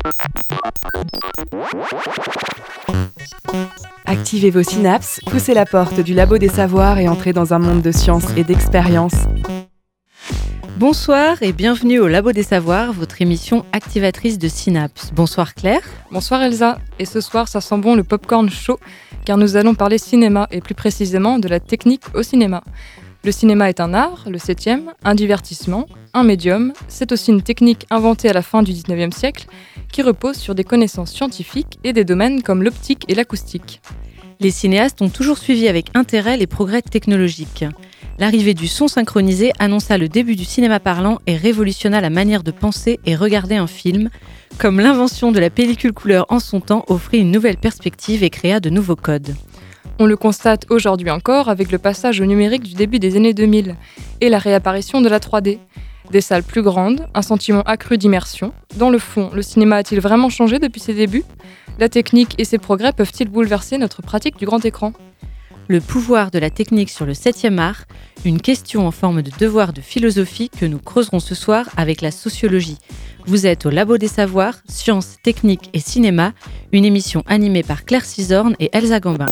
Activez vos synapses, poussez la porte du labo des savoirs et entrez dans un monde de science et d'expérience. Bonsoir et bienvenue au Labo des Savoirs, votre émission activatrice de synapses. Bonsoir Claire. Bonsoir Elsa. Et ce soir, ça sent bon le popcorn chaud, car nous allons parler cinéma et plus précisément de la technique au cinéma. Le cinéma est un art, le 7e, un divertissement, un médium. C'est aussi une technique inventée à la fin du 19e siècle qui repose sur des connaissances scientifiques et des domaines comme l'optique et l'acoustique. Les cinéastes ont toujours suivi avec intérêt les progrès technologiques. L'arrivée du son synchronisé annonça le début du cinéma parlant et révolutionna la manière de penser et regarder un film, comme l'invention de la pellicule couleur en son temps offrit une nouvelle perspective et créa de nouveaux codes. On le constate aujourd'hui encore avec le passage au numérique du début des années 2000 et la réapparition de la 3D. Des salles plus grandes, un sentiment accru d'immersion. Dans le fond, le cinéma a-t-il vraiment changé depuis ses débuts ? La technique et ses progrès peuvent-ils bouleverser notre pratique du grand écran ? Le pouvoir de la technique sur le 7e art, une question en forme de devoir de philosophie que nous creuserons ce soir avec la sociologie. Vous êtes au Labo des Savoirs, Sciences, Techniques et Cinéma, une émission animée par Claire Cisorne et Elsa Gambin.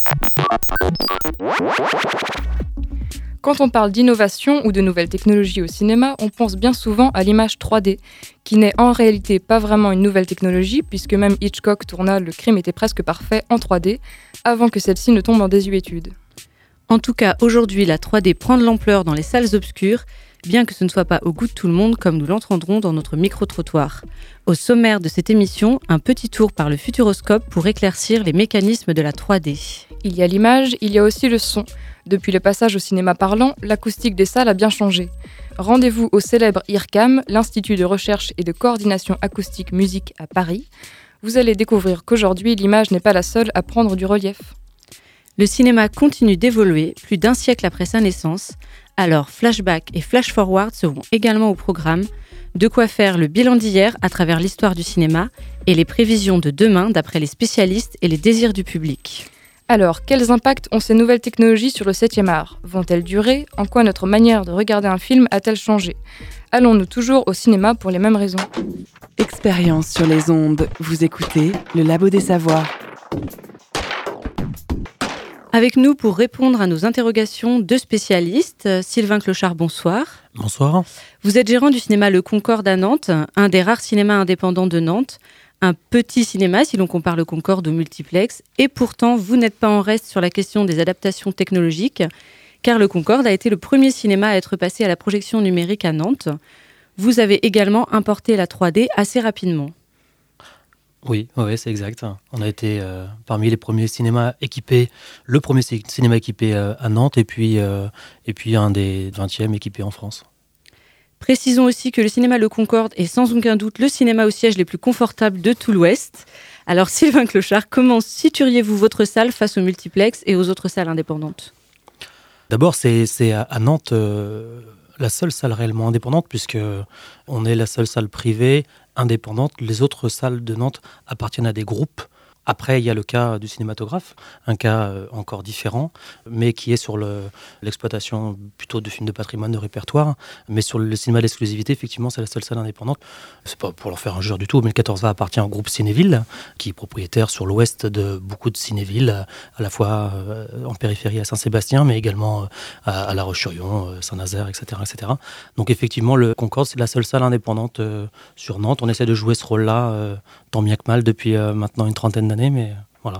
Quand on parle d'innovation ou de nouvelles technologies au cinéma, on pense bien souvent à l'image 3D, qui n'est en réalité pas vraiment une nouvelle technologie, puisque même Hitchcock tourna Le crime était presque parfait en 3D, avant que celle-ci ne tombe en désuétude. En tout cas, aujourd'hui, la 3D prend de l'ampleur dans les salles obscures, bien que ce ne soit pas au goût de tout le monde, comme nous l'entendrons dans notre micro-trottoir. Au sommaire de cette émission, un petit tour par le futuroscope pour éclaircir les mécanismes de la 3D. Il y a l'image, il y a aussi le son. Depuis le passage au cinéma parlant, l'acoustique des salles a bien changé. Rendez-vous au célèbre IRCAM, l'Institut de recherche et de coordination acoustique musique à Paris. Vous allez découvrir qu'aujourd'hui, l'image n'est pas la seule à prendre du relief. Le cinéma continue d'évoluer, plus d'un siècle après sa naissance. Alors, flashback et flash-forward seront également au programme. De quoi faire le bilan d'hier à travers l'histoire du cinéma et les prévisions de demain d'après les spécialistes et les désirs du public. Alors, quels impacts ont ces nouvelles technologies sur le 7e art ? Vont-elles durer ? En quoi notre manière de regarder un film a-t-elle changé ? Allons-nous toujours au cinéma pour les mêmes raisons ? Expérience sur les ondes. Vous écoutez le Labo des Savoirs. Avec nous pour répondre à nos interrogations, deux spécialistes. Sylvain Clochard, bonsoir. Bonsoir. Vous êtes gérant du cinéma Le Concorde à Nantes, un des rares cinémas indépendants de Nantes. Un petit cinéma si l'on compare le Concorde au multiplex. Et pourtant, vous n'êtes pas en reste sur la question des adaptations technologiques, car le Concorde a été le premier cinéma à être passé à la projection numérique à Nantes. Vous avez également importé la 3D assez rapidement. Oui, c'est exact. On a été parmi les premiers cinémas équipés, le premier cinéma équipé à Nantes et puis un des 20e équipés en France. Précisons aussi que le cinéma Le Concorde est sans aucun doute le cinéma au siège les plus confortables de tout l'Ouest. Alors Sylvain Clochard, comment situeriez-vous votre salle face au multiplex et aux autres salles indépendantes ? D'abord, c'est à Nantes la seule salle réellement indépendante, puisque on est la seule salle privée indépendante. Les autres salles de Nantes appartiennent à des groupes. Après, il y a le cas du cinématographe, un cas encore différent, mais qui est sur l'exploitation plutôt de films de patrimoine, de répertoire. Mais sur le cinéma d'exclusivité, effectivement, c'est la seule salle indépendante. C'est pas pour leur faire injure du tout, mais le 14A appartient au groupe Cinéville, qui est propriétaire sur l'ouest de beaucoup de cinévilles, à la fois en périphérie à Saint-Sébastien, mais également à La Roche-sur-Yon, Saint-Nazaire, etc., etc. Donc effectivement, le Concorde, c'est la seule salle indépendante sur Nantes. On essaie de jouer ce rôle-là, tant bien que mal, depuis maintenant une trentaine d'années. Mais voilà.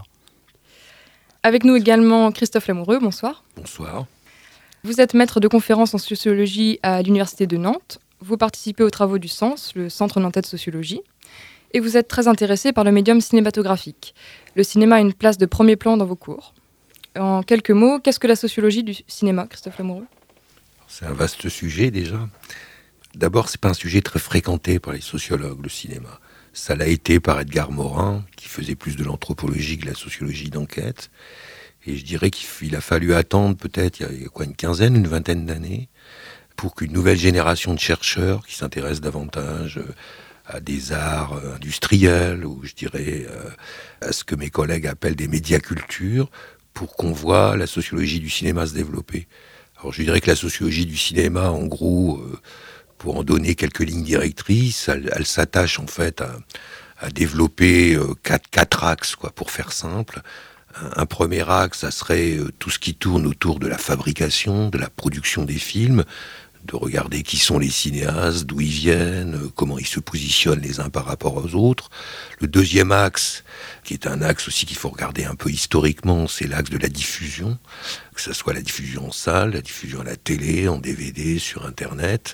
Avec nous également Christophe Lamoureux, bonsoir. Bonsoir. Vous êtes maître de conférences en sociologie à l'Université de Nantes. Vous participez aux travaux du Sens, le Centre nantais de sociologie. Et vous êtes très intéressé par le médium cinématographique. Le cinéma a une place de premier plan dans vos cours. En quelques mots, qu'est-ce que la sociologie du cinéma, Christophe Lamoureux ? C'est un vaste sujet déjà. D'abord, c'est pas un sujet très fréquenté par les sociologues, le cinéma. Ça l'a été par Edgar Morin, qui faisait plus de l'anthropologie que de la sociologie d'enquête. Et je dirais qu'il a fallu attendre peut-être, il y a une quinzaine, une vingtaine d'années, pour qu'une nouvelle génération de chercheurs qui s'intéressent davantage à des arts industriels, ou je dirais à ce que mes collègues appellent des médiacultures, pour qu'on voit la sociologie du cinéma se développer. Alors je dirais que la sociologie du cinéma, en gros, pour en donner quelques lignes directrices, elle s'attache en fait à développer quatre axes, quoi, pour faire simple. Un premier axe, ça serait tout ce qui tourne autour de la fabrication, de la production des films, de regarder qui sont les cinéastes, d'où ils viennent, comment ils se positionnent les uns par rapport aux autres. Le deuxième axe, qui est un axe aussi qu'il faut regarder un peu historiquement, c'est l'axe de la diffusion, que ce soit la diffusion en salle, la diffusion à la télé, en DVD, sur Internet,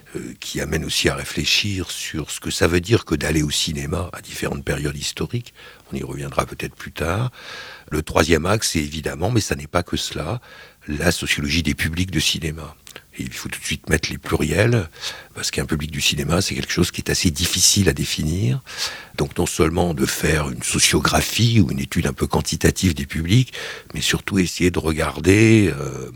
qui amène aussi à réfléchir sur ce que ça veut dire que d'aller au cinéma à différentes périodes historiques. On y reviendra peut-être plus tard. Le troisième axe, c'est évidemment, mais ça n'est pas que cela, la sociologie des publics de cinéma. Et il faut tout de suite mettre les pluriels, parce qu'un public du cinéma, c'est quelque chose qui est assez difficile à définir. Donc non seulement de faire une sociographie ou une étude un peu quantitative des publics, mais surtout essayer de regarder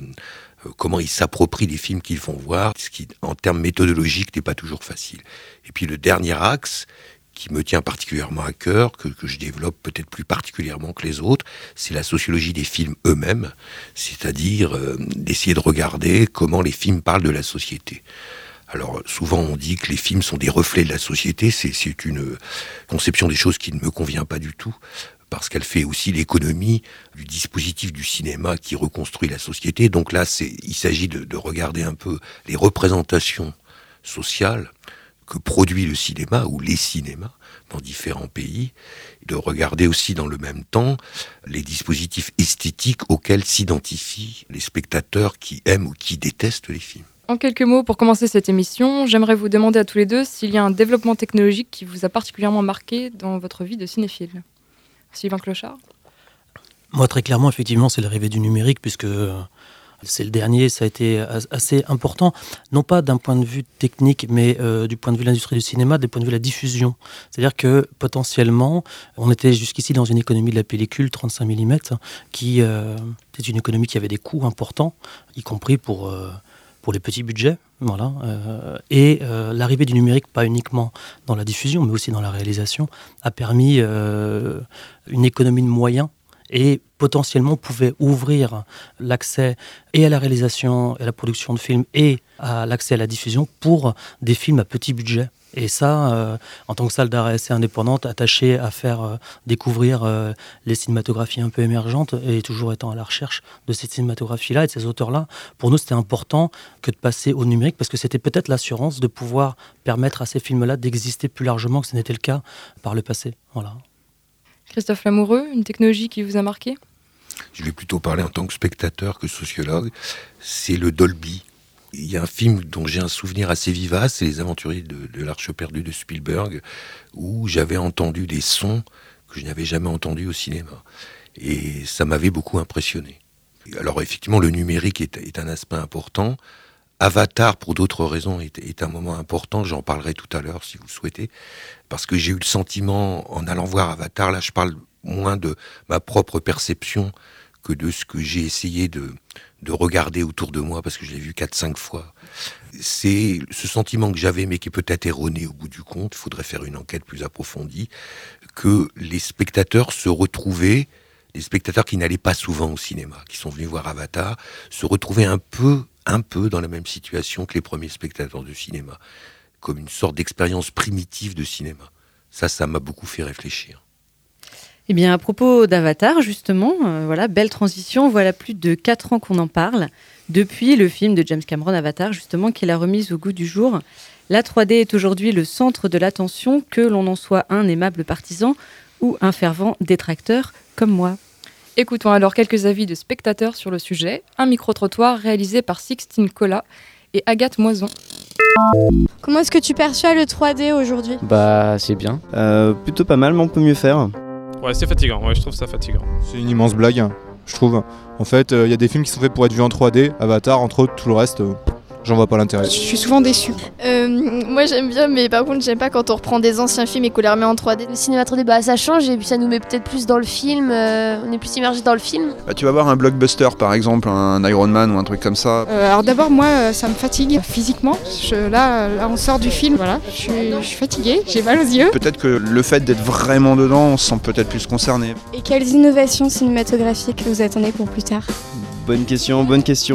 comment ils s'approprient les films qu'ils vont voir, ce qui, en termes méthodologiques, n'est pas toujours facile. Et puis le dernier axe, qui me tient particulièrement à cœur, que je développe peut-être plus particulièrement que les autres, c'est la sociologie des films eux-mêmes, c'est-à-dire d'essayer de regarder comment les films parlent de la société. Alors souvent on dit que les films sont des reflets de la société, c'est une conception des choses qui ne me convient pas du tout, parce qu'elle fait aussi l'économie du dispositif du cinéma qui reconstruit la société. Donc là, il s'agit de regarder un peu les représentations sociales que produit le cinéma ou les cinémas dans différents pays, de regarder aussi dans le même temps les dispositifs esthétiques auxquels s'identifient les spectateurs qui aiment ou qui détestent les films. En quelques mots, pour commencer cette émission, j'aimerais vous demander à tous les deux s'il y a un développement technologique qui vous a particulièrement marqué dans votre vie de cinéphile. Sylvain Clochard ? Moi, très clairement, effectivement, c'est l'arrivée du numérique, puisque c'est le dernier, ça a été assez important, non pas d'un point de vue technique, mais du point de vue de l'industrie du cinéma, du point de vue de la diffusion. C'est-à-dire que potentiellement, on était jusqu'ici dans une économie de la pellicule 35 mm, qui était une économie qui avait des coûts importants, y compris pour les petits budgets. Voilà. Et l'arrivée du numérique, pas uniquement dans la diffusion, mais aussi dans la réalisation, a permis une économie de moyens et potentiellement pouvait ouvrir l'accès et à la réalisation et à la production de films et à l'accès à la diffusion pour des films à petit budget. Et ça, en tant que salle d'art et essai indépendante, attachée à faire découvrir les cinématographies un peu émergentes et toujours étant à la recherche de ces cinématographies-là et de ces auteurs-là, pour nous, c'était important que de passer au numérique parce que c'était peut-être l'assurance de pouvoir permettre à ces films-là d'exister plus largement que ce n'était le cas par le passé. Voilà. Christophe Lamoureux, une technologie qui vous a marqué ? Je vais plutôt parler en tant que spectateur que sociologue. C'est le Dolby. Il y a un film dont j'ai un souvenir assez vivace, c'est Les Aventuriers de l'Arche perdue de Spielberg, où j'avais entendu des sons que je n'avais jamais entendus au cinéma. Et ça m'avait beaucoup impressionné. Alors effectivement, le numérique est un aspect important. Avatar, pour d'autres raisons, est un moment important. J'en parlerai tout à l'heure, si vous le souhaitez. Parce que j'ai eu le sentiment, en allant voir Avatar, là je parle moins de ma propre perception que de ce que j'ai essayé de regarder autour de moi, parce que je l'ai vu 4-5 fois. C'est ce sentiment que j'avais, mais qui est peut-être erroné au bout du compte, il faudrait faire une enquête plus approfondie, que les spectateurs se retrouvaient, les spectateurs qui n'allaient pas souvent au cinéma, qui sont venus voir Avatar, se retrouvaient un peu dans la même situation que les premiers spectateurs de cinéma, comme une sorte d'expérience primitive de cinéma. Ça m'a beaucoup fait réfléchir. Eh bien, à propos d'Avatar, justement, voilà, belle transition. Voilà plus de 4 ans qu'on en parle, depuis le film de James Cameron, Avatar, justement, qui l'a remise au goût du jour. La 3D est aujourd'hui le centre de l'attention, que l'on en soit un aimable partisan ou un fervent détracteur comme moi. Écoutons alors quelques avis de spectateurs sur le sujet. Un micro-trottoir réalisé par Sixtine Collat et Agathe Moison. Comment est-ce que tu perçois le 3D aujourd'hui ? Bah, c'est bien. Plutôt pas mal, mais on peut mieux faire. Ouais, c'est fatigant, ouais, je trouve ça fatigant. C'est une immense blague, je trouve. En fait, y a des films qui sont faits pour être vus en 3D, Avatar, entre autres, tout le reste, j'en vois pas l'intérêt. Je suis souvent déçue. Moi j'aime bien, mais par contre j'aime pas quand on reprend des anciens films et qu'on les remet en 3D. Le cinéma 3D, bah ça change et puis ça nous met peut-être plus dans le film, on est plus immergé dans le film. Bah, tu vas voir un blockbuster par exemple, un Iron Man ou un truc comme ça. Alors d'abord moi ça me fatigue physiquement. Là on sort du film, voilà, je suis fatiguée, j'ai mal aux yeux. Peut-être que le fait d'être vraiment dedans, on se sent peut-être plus concerné. Et quelles innovations cinématographiques vous attendez pour plus tard ? Bonne question.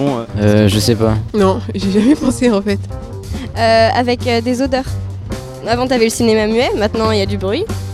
Je sais pas. Non, j'ai jamais pensé en fait. Avec des odeurs. Avant t'avais le cinéma muet, maintenant il y a du bruit.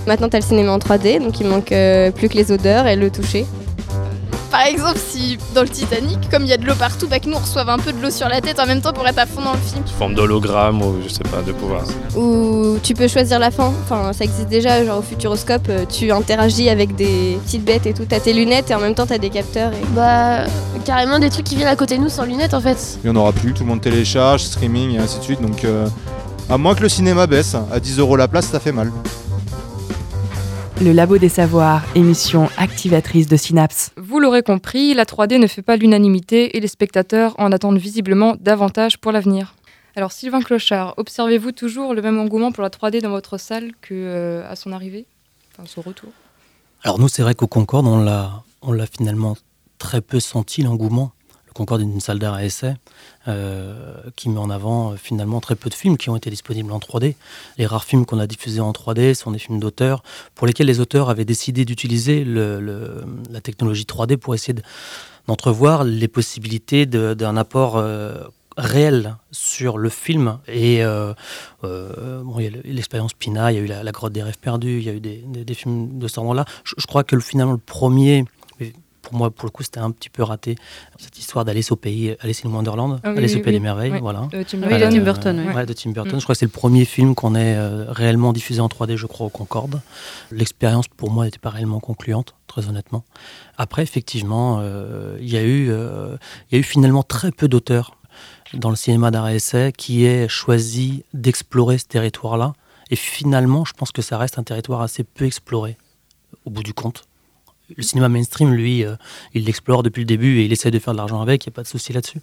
Maintenant, t'as le cinéma en 3D, donc il manque plus que les odeurs et le toucher. Par exemple, si dans le Titanic, comme il y a de l'eau partout, que nous on reçoive un peu de l'eau sur la tête en même temps pour être à fond dans le film. Sous forme d'hologramme ou je sais pas, de pouvoir. Ou tu peux choisir la fin, enfin ça existe déjà, genre au Futuroscope, tu interagis avec des petites bêtes et tout, t'as tes lunettes et en même temps t'as des capteurs. Bah, carrément des trucs qui viennent à côté de nous sans lunettes en fait. Il n'y en aura plus, tout le monde télécharge, streaming et ainsi de suite, donc à moins que le cinéma baisse, à 10 € la place, ça fait mal. Le Labo des Savoirs, émission activatrice de synapses. Vous l'aurez compris, la 3D ne fait pas l'unanimité et les spectateurs en attendent visiblement davantage pour l'avenir. Alors Sylvain Clochard, observez-vous toujours le même engouement pour la 3D dans votre salle qu'à son arrivée, enfin son retour? Alors nous, c'est vrai qu'au Concorde, on l'a finalement très peu senti, l'engouement. Le Concorde est une salle d'art à essai qui met en avant finalement très peu de films qui ont été disponibles en 3D. Les rares films qu'on a diffusés en 3D sont des films d'auteurs pour lesquels les auteurs avaient décidé d'utiliser la technologie 3D pour essayer d'entrevoir les possibilités d'un apport réel sur le film. Et il y a l'expérience Pina, il y a eu la Grotte des rêves perdus, il y a eu des films de ce genre-là. Je crois que finalement le premier... Pour moi, pour le coup, c'était un petit peu raté, cette histoire d'Alice au pays, Alice in Wonderland, Alice au pays des merveilles, voilà. De Tim Burton. De Tim Burton. Je crois que c'est le premier film qu'on ait réellement diffusé en 3D, je crois, au Concorde. L'expérience, pour moi, n'était pas réellement concluante, très honnêtement. Après, effectivement, il y a eu finalement très peu d'auteurs dans le cinéma d'art et essai qui aient choisi d'explorer ce territoire-là. Et finalement, je pense que ça reste un territoire assez peu exploré, au bout du compte. Le cinéma mainstream, lui, il l'explore depuis le début et il essaie de faire de l'argent avec, il n'y a pas de souci là-dessus.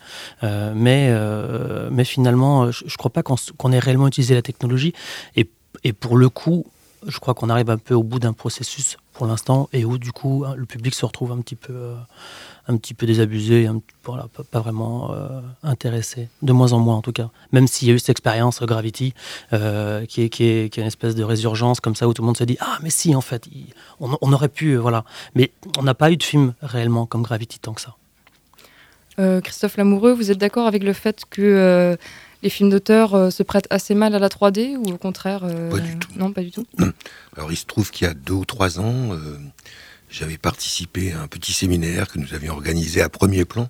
Mais finalement, je ne crois pas qu'on ait réellement utilisé la technologie. Et pour le coup, je crois qu'on arrive un peu au bout d'un processus pour l'instant et où, du coup, le public se retrouve un petit peu désabusé, voilà, pas vraiment intéressé, de moins en moins en tout cas. Même s'il y a eu cette expérience Gravity, qui est une espèce de résurgence comme ça, où tout le monde se dit « Ah, mais si, en fait, on aurait pu... voilà ». Mais on n'a pas eu de film réellement comme Gravity tant que ça. Christophe Lamoureux, vous êtes d'accord avec le fait que les films d'auteur se prêtent assez mal à la 3D ou au contraire Pas du tout. Non, pas du tout. Alors il se trouve qu'il y a 2 ou 3 ans... j'avais participé à un petit séminaire que nous avions organisé à Premier Plan,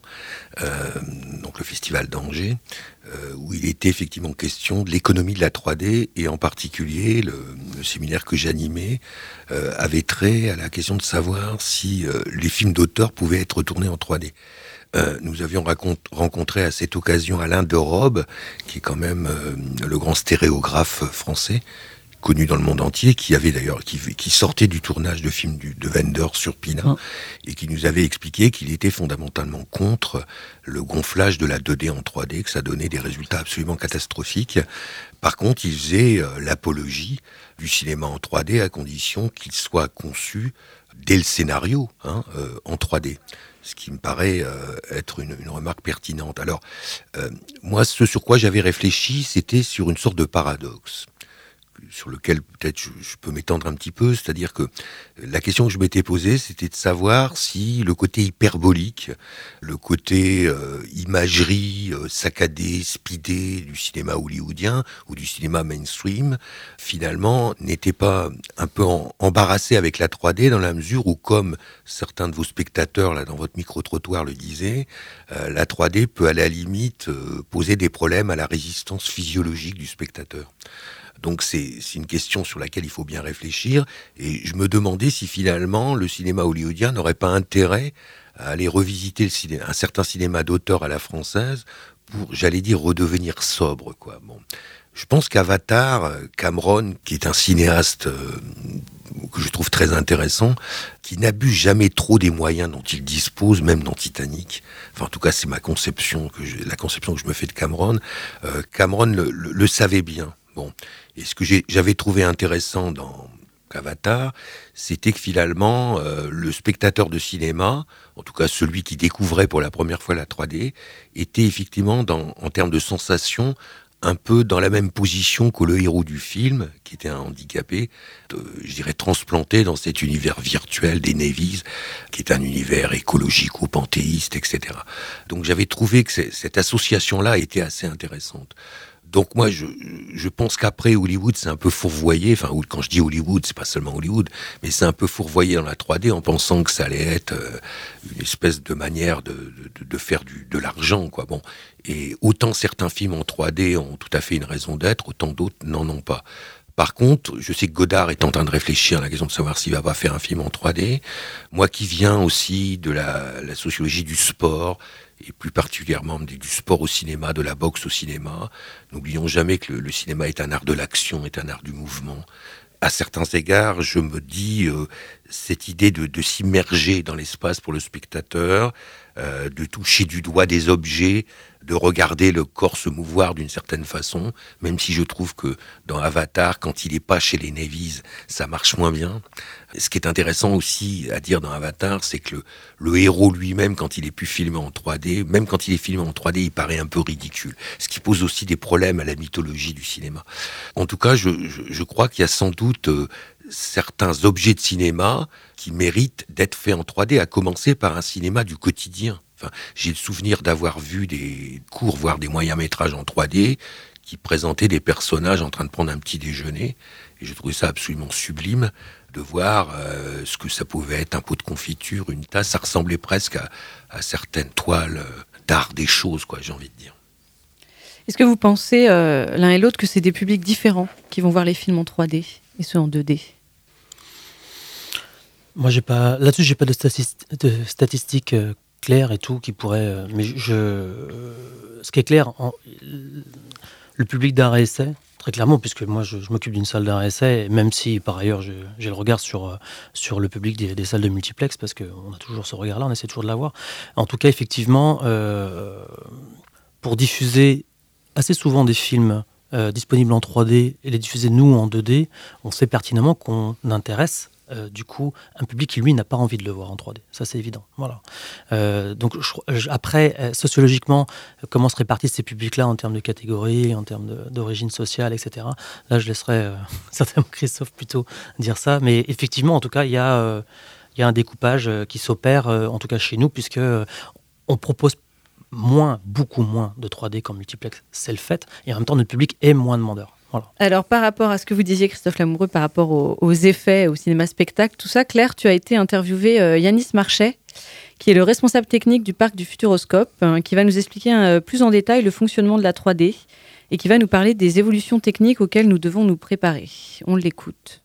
donc le Festival d'Angers, où il était effectivement question de l'économie de la 3D, et en particulier le séminaire que j'animais avait trait à la question de savoir si les films d'auteur pouvaient être tournés en 3D. Nous avions rencontré à cette occasion Alain Derobe, qui est quand même le grand stéréographe français, connu dans le monde entier, qui sortait du tournage de films de Wenders sur Pina, et qui nous avait expliqué qu'il était fondamentalement contre le gonflage de la 2D en 3D, que ça donnait des résultats absolument catastrophiques. Par contre, il faisait l'apologie du cinéma en 3D à condition qu'il soit conçu dès le scénario en 3D. Ce qui me paraît être une remarque pertinente. Alors, moi, ce sur quoi j'avais réfléchi, c'était sur une sorte de paradoxe, sur lequel peut-être je peux m'étendre un petit peu, c'est-à-dire que la question que je m'étais posée, c'était de savoir si le côté hyperbolique, le côté imagerie saccadée, speedée du cinéma hollywoodien ou du cinéma mainstream, finalement, n'était pas un peu embarrassé avec la 3D, dans la mesure où, comme certains de vos spectateurs là dans votre micro-trottoir le disaient, la 3D peut à la limite poser des problèmes à la résistance physiologique du spectateur. Donc c'est une question sur laquelle il faut bien réfléchir, et je me demandais si finalement le cinéma hollywoodien n'aurait pas intérêt à aller revisiter un certain cinéma d'auteur à la française pour, j'allais dire, redevenir sobre, quoi. Bon. Je pense qu'Avatar, Cameron, qui est un cinéaste que je trouve très intéressant, qui n'abuse jamais trop des moyens dont il dispose, même dans Titanic. Enfin, en tout cas, c'est ma conception, la conception que je me fais de Cameron. Cameron le savait bien. Bon. Et ce que j'avais trouvé intéressant dans Avatar, c'était que finalement, le spectateur de cinéma, en tout cas celui qui découvrait pour la première fois la 3D, était effectivement, en termes de sensations, un peu dans la même position que le héros du film, qui était un handicapé, je dirais transplanté dans cet univers virtuel des Navies, qui est un univers écologique ou panthéiste, etc. Donc j'avais trouvé que cette association-là était assez intéressante. Donc moi, je pense qu'après Hollywood, c'est un peu fourvoyé. Enfin, quand je dis Hollywood, c'est pas seulement Hollywood, mais c'est un peu fourvoyé dans la 3D en pensant que ça allait être une espèce de manière de faire de l'argent, quoi. Bon, et autant certains films en 3D ont tout à fait une raison d'être, autant d'autres n'en ont pas. Par contre, je sais que Godard est en train de réfléchir à la question de savoir s'il va pas faire un film en 3D. Moi qui viens aussi de la sociologie du sport, et plus particulièrement du sport au cinéma, de la boxe au cinéma, n'oublions jamais que le cinéma est un art de l'action, est un art du mouvement. À certains égards, je me dis, cette idée de s'immerger dans l'espace pour le spectateur, de toucher du doigt des objets, de regarder le corps se mouvoir d'une certaine façon, même si je trouve que dans Avatar, quand il n'est pas chez les Navies, ça marche moins bien. Ce qui est intéressant aussi à dire dans Avatar, c'est que le héros lui-même, quand il est plus filmé en 3D, même quand il est filmé en 3D, il paraît un peu ridicule. Ce qui pose aussi des problèmes à la mythologie du cinéma. En tout cas, je crois qu'il y a sans doute certains objets de cinéma qui méritent d'être faits en 3D, à commencer par un cinéma du quotidien. Enfin, j'ai le souvenir d'avoir vu des courts, voire des moyens-métrages en 3D qui présentaient des personnages en train de prendre un petit déjeuner. Et j'ai trouvé ça absolument sublime de voir ce que ça pouvait être, un pot de confiture, une tasse. Ça ressemblait presque à certaines toiles d'art des choses, quoi, j'ai envie de dire. Est-ce que vous pensez, l'un et l'autre, que c'est des publics différents qui vont voir les films en 3D et ceux en 2D ? Moi, là-dessus, j'ai pas de statistiques claires et tout qui pourraient. Mais ce qui est clair, le public d'art et essai, très clairement, puisque moi, je m'occupe d'une salle d'art et essai, même si par ailleurs, j'ai le regard sur le public des salles de multiplex, parce qu'on a toujours ce regard-là, on essaie toujours de l'avoir. En tout cas, effectivement, pour diffuser assez souvent des films disponibles en 3D et les diffuser nous en 2D, on sait pertinemment qu'on intéresse du coup un public qui lui n'a pas envie de le voir en 3D, ça c'est évident. Voilà. Donc après sociologiquement, comment se répartissent ces publics-là en termes de catégories, en termes d'origine sociale, etc. Là je laisserai certainement Christophe plutôt dire ça, mais effectivement en tout cas il y a un découpage qui s'opère en tout cas chez nous, puisque on propose beaucoup moins de 3D qu'en multiplex, c'est le fait, et en même temps notre public est moins demandeur. Voilà. Alors par rapport à ce que vous disiez, Christophe Lamoureux, par rapport aux effets, au cinéma spectacle, tout ça, Claire, tu as été interviewé Yanis Marchais, qui est le responsable technique du parc du Futuroscope, qui va nous expliquer plus en détail le fonctionnement de la 3D et qui va nous parler des évolutions techniques auxquelles nous devons nous préparer. On l'écoute.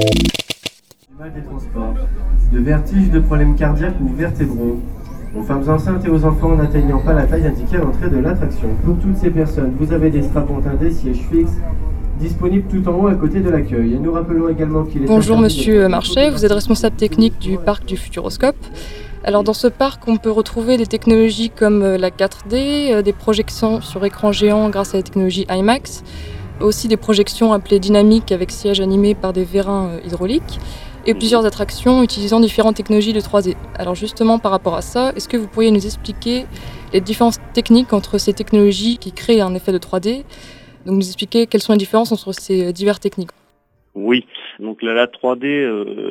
Du mal des transports, de vertiges, de problèmes cardiaques ou vertébraux, aux femmes enceintes et aux enfants n'atteignant pas la taille indiquée à l'entrée de l'attraction. Pour toutes ces personnes, vous avez des strapontins, des sièges fixes, disponibles tout en haut à côté de l'accueil. Et nous rappelons également qu'il est... Bonjour Monsieur Marchais, vous êtes responsable technique du parc du Futuroscope. Alors dans ce parc, on peut retrouver des technologies comme la 4D, des projections sur écran géant grâce à la technologie IMAX, aussi des projections appelées dynamiques avec sièges animés par des vérins hydrauliques, et plusieurs attractions utilisant différentes technologies de 3D. Alors justement, par rapport à ça, est-ce que vous pourriez nous expliquer les différences techniques entre ces technologies qui créent un effet de 3D ? Donc nous expliquer quelles sont les différences entre ces diverses techniques. Oui, donc la 3D,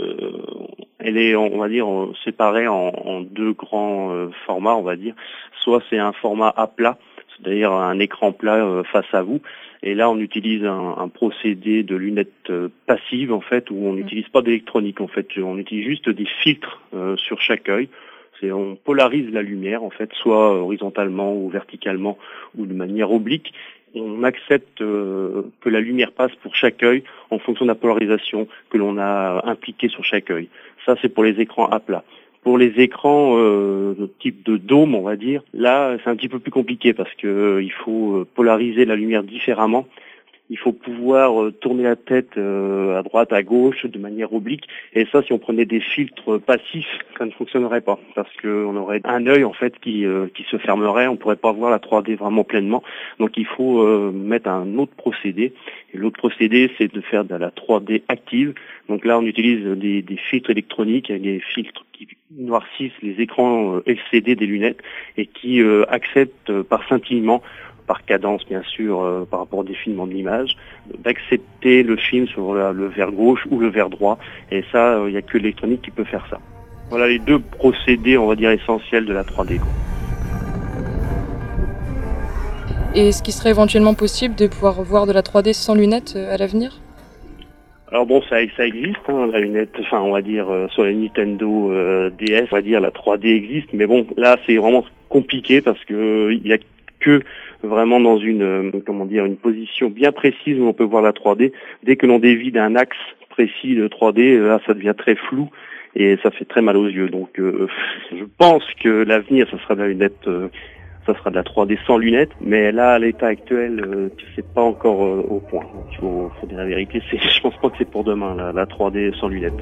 elle est, on va dire, séparée en deux grands formats, on va dire. Soit c'est un format à plat, c'est-à-dire un écran plat face à vous. Et là, on utilise un procédé de lunettes passives, en fait, où on n'utilise pas d'électronique, en fait. On utilise juste des filtres sur chaque œil. On polarise la lumière, en fait, soit horizontalement ou verticalement ou de manière oblique. On accepte que la lumière passe pour chaque œil en fonction de la polarisation que l'on a impliquée sur chaque œil. Ça, c'est pour les écrans à plat. Pour les écrans de type de dôme, on va dire, là, c'est un petit peu plus compliqué parce que il faut polariser la lumière différemment. Il faut pouvoir tourner la tête à droite, à gauche, de manière oblique. Et ça, si on prenait des filtres passifs, ça ne fonctionnerait pas. Parce qu'on aurait un œil, en fait, qui se fermerait. On ne pourrait pas voir la 3D vraiment pleinement. Donc, il faut mettre un autre procédé. Et l'autre procédé, c'est de faire de la 3D active. Donc là, on utilise des filtres électroniques, des filtres qui noircissent les écrans LCD des lunettes et qui acceptent par scintillement, par cadence bien sûr, par rapport au défilement de l'image, d'accepter le film sur le verre gauche ou le verre droit. Et ça, il n'y a que l'électronique qui peut faire ça. Voilà les deux procédés, on va dire, essentiels de la 3D. Et est-ce qu'il serait éventuellement possible de pouvoir voir de la 3D sans lunettes à l'avenir ? Alors bon, ça existe, la lunette, enfin on va dire sur les Nintendo DS, on va dire la 3D existe, mais bon, là c'est vraiment compliqué parce que il y a que vraiment dans une position bien précise où on peut voir la 3D. Dès que l'on dévie d'un axe précis de 3D, là ça devient très flou et ça fait très mal aux yeux. Donc je pense que l'avenir, ça sera de la lunette. Ça sera de la 3D sans lunettes, mais là, à l'état actuel, c'est pas encore au point. Il faut dire la vérité, je pense pas que c'est pour demain, la 3D sans lunettes.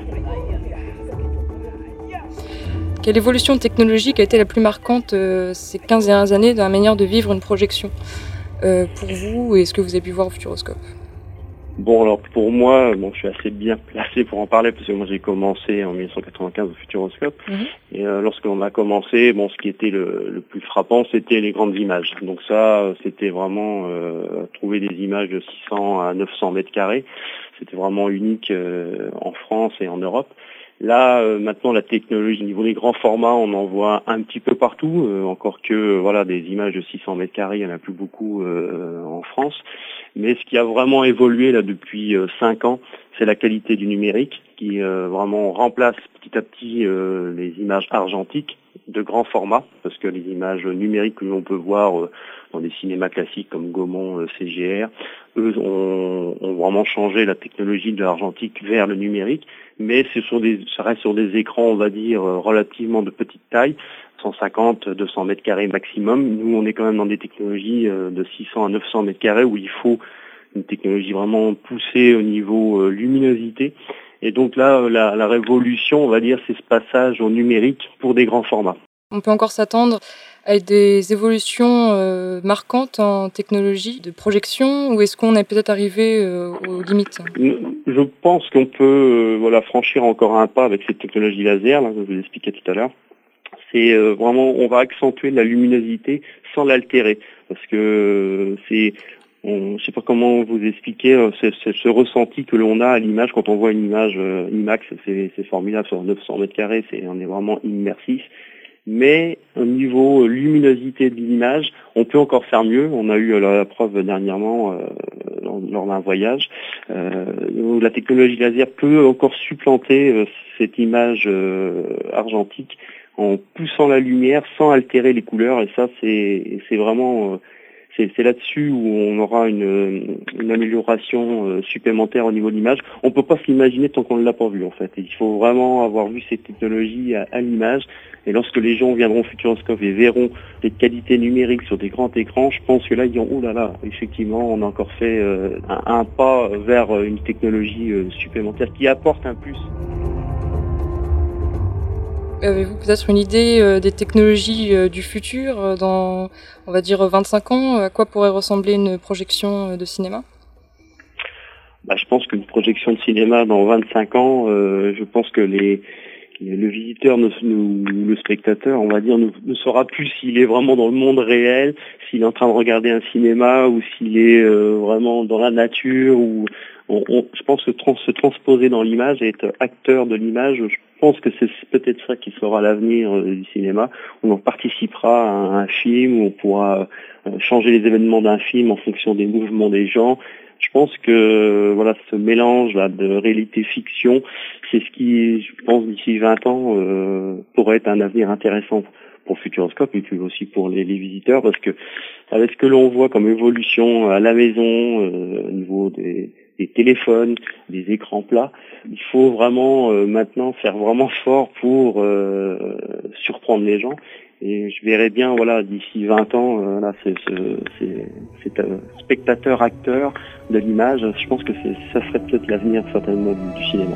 Quelle évolution technologique a été la plus marquante ces 15 dernières années dans la manière de vivre une projection pour vous, et ce que vous avez pu voir au Futuroscope ? Bon, alors pour moi, je suis assez bien placé pour en parler parce que moi j'ai commencé en 1995 au Futuroscope. Et lorsque l'on a commencé, ce qui était le plus frappant, c'était les grandes images. Donc ça, c'était vraiment trouver des images de 600 à 900 mètres carrés. C'était vraiment unique en France et en Europe. Là, maintenant, la technologie, au niveau des grands formats, on en voit un petit peu partout. Encore que, des images de 600 mètres carrés, il n'y en a plus beaucoup en France. Mais ce qui a vraiment évolué là depuis 5 ans, c'est la qualité du numérique qui vraiment remplace petit à petit les images argentiques de grands formats, parce que les images numériques que l'on peut voir dans des cinémas classiques comme Gaumont, CGR, eux ont vraiment changé la technologie de l'argentique vers le numérique, mais ça reste sur des écrans, on va dire, relativement de petite taille, 150, 200 mètres carrés maximum. Nous, on est quand même dans des technologies de 600 à 900 mètres carrés où il faut une technologie vraiment poussée au niveau luminosité. Et donc là, la révolution, on va dire, c'est ce passage au numérique pour des grands formats. On peut encore s'attendre à des évolutions marquantes en technologie de projection, ou est-ce qu'on est peut-être arrivé aux limites ? Je pense qu'on peut franchir encore un pas avec cette technologie laser, là, que je vous expliquais tout à l'heure. C'est vraiment, on va accentuer la luminosité sans l'altérer, parce que je sais pas comment vous expliquer, c'est ce ressenti que l'on a à l'image quand on voit une image IMAX, c'est formidable sur 900 mètres carrés, on est vraiment immersif. Mais au niveau luminosité de l'image, on peut encore faire mieux. On a eu la preuve dernièrement lors d'un voyage. La technologie laser peut encore supplanter cette image argentique en poussant la lumière sans altérer les couleurs. Et ça, c'est vraiment... C'est là-dessus où on aura une amélioration supplémentaire au niveau de l'image. On ne peut pas s'imaginer tant qu'on ne l'a pas vu en fait. Il faut vraiment avoir vu cette technologie à l'image. Et lorsque les gens viendront au Futuroscope et verront les qualités numériques sur des grands écrans, je pense que là ils diront oh là là, effectivement on a encore fait un pas vers une technologie supplémentaire qui apporte un plus. Avez-vous peut-être une idée des technologies du futur dans, on va dire, 25 ans ? À quoi pourrait ressembler une projection de cinéma ? Je pense qu'une projection de cinéma dans 25 ans, je pense que le visiteur, le spectateur, on va dire, ne saura plus s'il est vraiment dans le monde réel, s'il est en train de regarder un cinéma ou s'il est vraiment dans la nature. Ou je pense que se transposer dans l'image et être acteur de l'image, je pense que c'est peut-être ça qui sera l'avenir du cinéma, où on participera à un film, où on pourra changer les événements d'un film en fonction des mouvements des gens. Je pense que ce mélange là de réalité-fiction, c'est ce qui, je pense, d'ici 20 ans pourrait être un avenir intéressant pour Futuroscope et puis aussi pour les visiteurs, parce que avec ce que l'on voit comme évolution à la maison, au niveau des téléphones, des écrans plats, il faut vraiment maintenant faire vraiment fort pour surprendre les gens. Et je verrais bien, d'ici 20 ans, c'est spectateur-acteur de l'image. Je pense que ça serait peut-être l'avenir certainement du cinéma.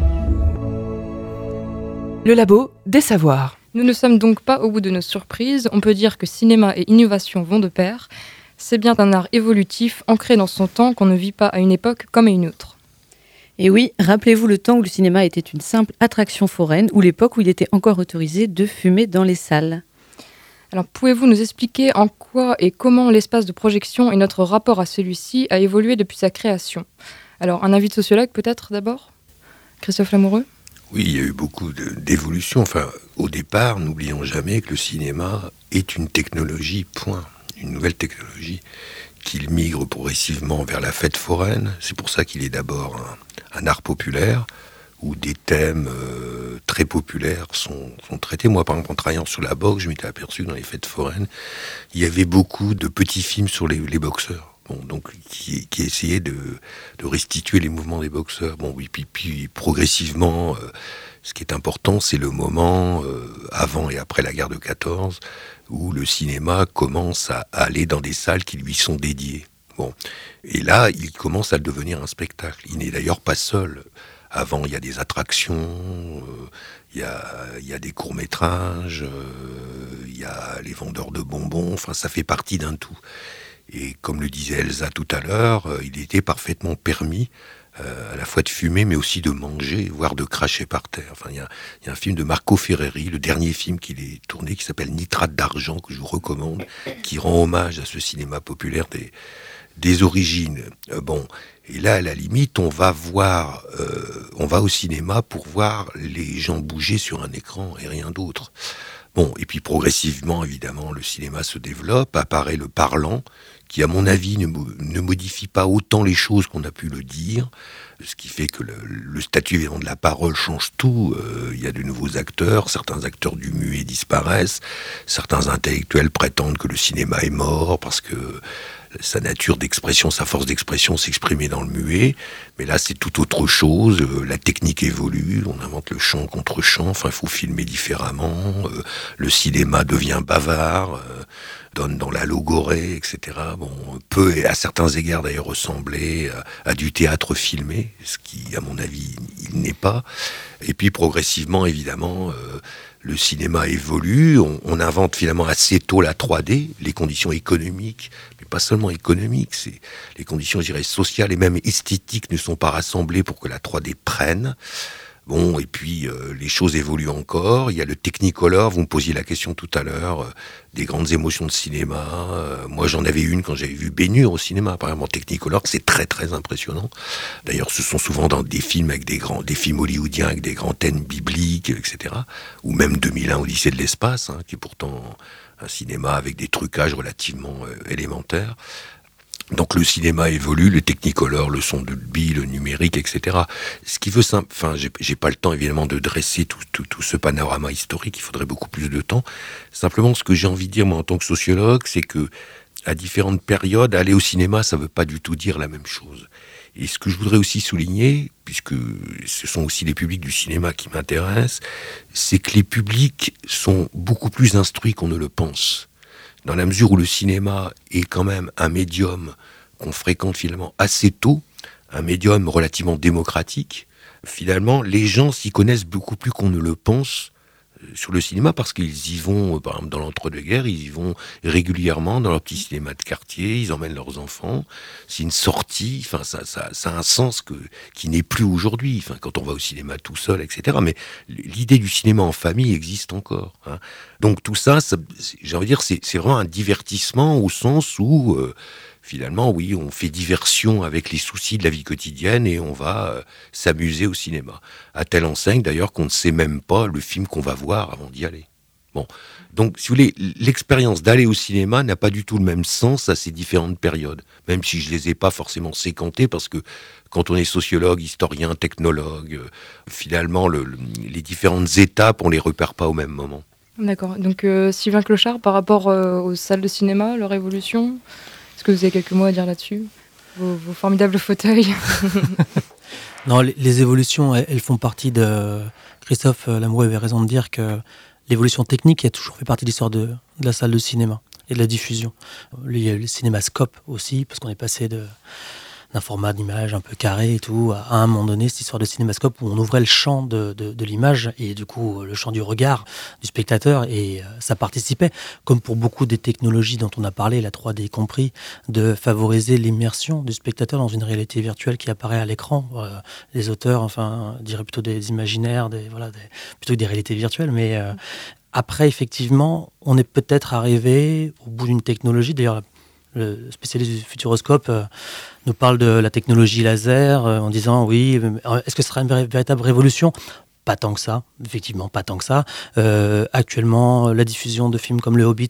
Le labo des savoirs. Nous ne sommes donc pas au bout de nos surprises. On peut dire que cinéma et innovation vont de pair. C'est bien un art évolutif, ancré dans son temps, qu'on ne vit pas à une époque comme à une autre. Et oui, rappelez-vous le temps où le cinéma était une simple attraction foraine, ou l'époque où il était encore autorisé de fumer dans les salles. Alors, pouvez-vous nous expliquer en quoi et comment l'espace de projection et notre rapport à celui-ci a évolué depuis sa création ? Alors, un avis de sociologue peut-être d'abord ? Christophe Lamoureux ? Oui, il y a eu beaucoup d'évolutions. Enfin, au départ, n'oublions jamais que le cinéma est une technologie, point. une nouvelle technologie, qu'il migre progressivement vers la fête foraine. C'est pour ça qu'il est d'abord un art populaire, où des thèmes très populaires sont traités. Moi, par exemple, en travaillant sur la boxe, je m'étais aperçu que dans les fêtes foraines, il y avait beaucoup de petits films sur les boxeurs. Bon, donc, qui essayaient de restituer les mouvements des boxeurs. Bon, oui, puis progressivement, ce qui est important, c'est le moment avant et après la guerre de 14, où le cinéma commence à aller dans des salles qui lui sont dédiées. Bon, et là, il commence à devenir un spectacle. Il n'est d'ailleurs pas seul. Avant, il y a des attractions, il y a des courts-métrages, il y a les vendeurs de bonbons, enfin, ça fait partie d'un tout. Et comme le disait Elsa tout à l'heure, il était parfaitement permis à la fois de fumer, mais aussi de manger, voire de cracher par terre. Enfin, il y a un film de Marco Ferreri, le dernier film qu'il ait tourné, qui s'appelle Nitrate d'argent, que je vous recommande, qui rend hommage à ce cinéma populaire des origines. Bon, et là, à la limite, on va au cinéma pour voir les gens bouger sur un écran et rien d'autre. Bon, et puis progressivement, évidemment, le cinéma se développe, apparaît le parlant, qui, à mon avis, ne modifie pas autant les choses qu'on a pu le dire, ce qui fait que le statut évidemment de la parole change tout. Il y a de nouveaux acteurs, certains acteurs du muet disparaissent, certains intellectuels prétendent que le cinéma est mort parce que sa nature d'expression, sa force d'expression s'exprimait dans le muet, mais là c'est tout autre chose, la technique évolue, on invente le chant contre chant, enfin il faut filmer différemment, le cinéma devient bavard, donne dans la logorée, etc. Bon, peut à certains égards d'ailleurs ressembler à du théâtre filmé, ce qui à mon avis il n'est pas, et puis progressivement évidemment le cinéma évolue, on invente finalement assez tôt la 3D, les conditions économiques, mais pas seulement économiques, c'est les conditions, je dirais, sociales et même esthétiques ne sont pas rassemblées pour que la 3D prenne. Bon, et puis les choses évoluent encore. Il y a le Technicolor, vous me posiez la question tout à l'heure, des grandes émotions de cinéma. Moi, j'en avais une quand j'avais vu Ben-Hur au cinéma, par exemple, en Technicolor, c'est très très impressionnant. D'ailleurs, ce sont souvent dans des films avec des films hollywoodiens avec des grands thèmes bibliques, etc. Ou même 2001, Odyssée de l'espace, hein, qui est pourtant un cinéma avec des trucages relativement élémentaires. Donc le cinéma évolue, le Technicolor, le son Dolby, le numérique, etc. Ce qui veut enfin, j'ai pas le temps évidemment de dresser tout ce panorama historique, il faudrait beaucoup plus de temps. Simplement, ce que j'ai envie de dire moi en tant que sociologue, c'est que à différentes périodes, aller au cinéma, ça veut pas du tout dire la même chose. Et ce que je voudrais aussi souligner, puisque ce sont aussi les publics du cinéma qui m'intéressent, c'est que les publics sont beaucoup plus instruits qu'on ne le pense. Dans la mesure où le cinéma est quand même un médium qu'on fréquente finalement assez tôt, un médium relativement démocratique, finalement, les gens s'y connaissent beaucoup plus qu'on ne le pense sur le cinéma parce qu'ils y vont, par exemple dans l'entre-deux-guerres, ils y vont régulièrement dans leur petit cinéma de quartier, ils emmènent leurs enfants, c'est une sortie, enfin ça a un sens qui n'est plus aujourd'hui, enfin quand on va au cinéma tout seul, etc. Mais l'idée du cinéma en famille existe encore, hein. Donc tout ça, j'ai envie de dire, c'est vraiment un divertissement au sens où finalement, oui, on fait diversion avec les soucis de la vie quotidienne et on va s'amuser au cinéma. À telle enseigne, d'ailleurs, qu'on ne sait même pas le film qu'on va voir avant d'y aller. Bon. Donc, si vous voulez, l'expérience d'aller au cinéma n'a pas du tout le même sens à ces différentes périodes. Même si je les ai pas forcément séquentées, parce que quand on est sociologue, historien, technologue, finalement, les différentes étapes, on les repère pas au même moment. D'accord. Donc, Sylvain Clochard, par rapport aux salles de cinéma, leur évolution, est-ce que vous avez quelques mots à dire là-dessus ? Vos formidables fauteuils. Non, les évolutions, elles font partie de... Christophe Lamoureux avait raison de dire que l'évolution technique a toujours fait partie de l'histoire de la salle de cinéma et de la diffusion. Il y a eu le cinémascope aussi, parce qu'on est passé d'un format d'image un peu carré et tout, à un moment donné, cette histoire de cinémascope où on ouvrait le champ de l'image et du coup le champ du regard du spectateur, et ça participait, comme pour beaucoup des technologies dont on a parlé, la 3D compris, de favoriser l'immersion du spectateur dans une réalité virtuelle qui apparaît à l'écran. Les auteurs, enfin, diraient plutôt des imaginaires, plutôt que des réalités virtuelles, mais après, effectivement, on est peut-être arrivé au bout d'une technologie, d'ailleurs le spécialiste du futuroscope nous parle de la technologie laser en disant oui, est-ce que ce sera une véritable révolution ? Pas tant que ça, effectivement, pas tant que ça. Actuellement, la diffusion de films comme Le Hobbit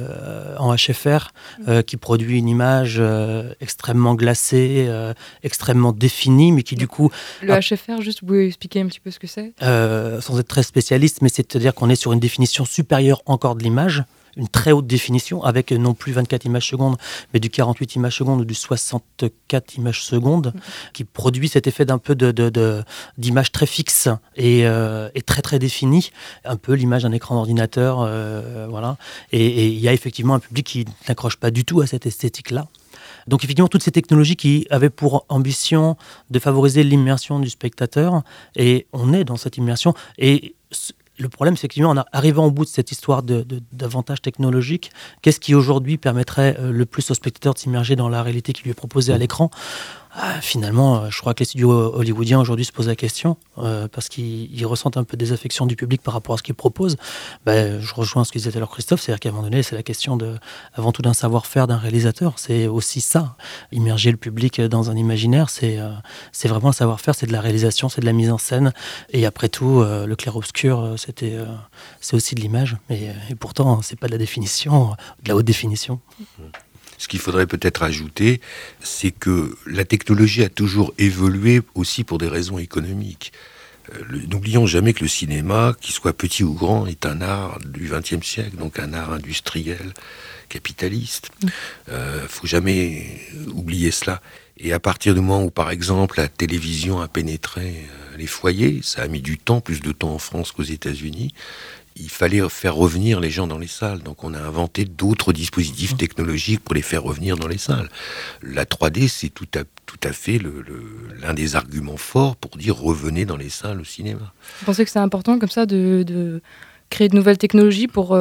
en HFR, qui produit une image extrêmement glacée, extrêmement définie, mais qui du coup... Le HFR, juste, vous pouvez expliquer un petit peu ce que c'est ? Sans être très spécialiste, mais c'est-à-dire qu'on est sur une définition supérieure encore de l'image, une très haute définition, avec non plus 24 images secondes, mais du 48 images secondes ou du 64 images secondes, qui produit cet effet d'un peu d'image très fixe et très très définie, un peu l'image d'un écran d'ordinateur, voilà. Et il y a effectivement un public qui n'accroche pas du tout à cette esthétique-là. Donc effectivement, toutes ces technologies qui avaient pour ambition de favoriser l'immersion du spectateur, et on est dans cette immersion, et le problème, c'est qu'effectivement, en arrivant au bout de cette histoire d'avantages technologiques, qu'est-ce qui aujourd'hui permettrait le plus au spectateur de s'immerger dans la réalité qui lui est proposée à l'écran ? Finalement, je crois que les studios hollywoodiens aujourd'hui se posent la question parce qu'ils ressentent un peu des affections du public par rapport à ce qu'ils proposent. Je rejoins ce que disait tout à l'heure Christophe, c'est-à-dire qu'à un moment donné, c'est la question avant tout d'un savoir-faire d'un réalisateur. C'est aussi ça, immerger le public dans un imaginaire, c'est vraiment le savoir-faire, c'est de la réalisation, c'est de la mise en scène. Et après tout, le clair-obscur, c'est aussi de l'image, et pourtant, c'est pas de la définition, de la haute définition. Ce qu'il faudrait peut-être ajouter, c'est que la technologie a toujours évolué aussi pour des raisons économiques. N'oublions jamais que le cinéma, qu'il soit petit ou grand, est un art du XXe siècle, donc un art industriel, capitaliste. Faut jamais oublier cela. Et à partir du moment où, par exemple, la télévision a pénétré les foyers, ça a mis du temps, plus de temps en France qu'aux États-Unis, il fallait faire revenir les gens dans les salles. Donc on a inventé d'autres dispositifs technologiques pour les faire revenir dans les salles. La 3D, c'est tout à fait l'un des arguments forts pour dire revenez dans les salles au cinéma. Vous pensez que c'est important comme ça de créer de nouvelles technologies pour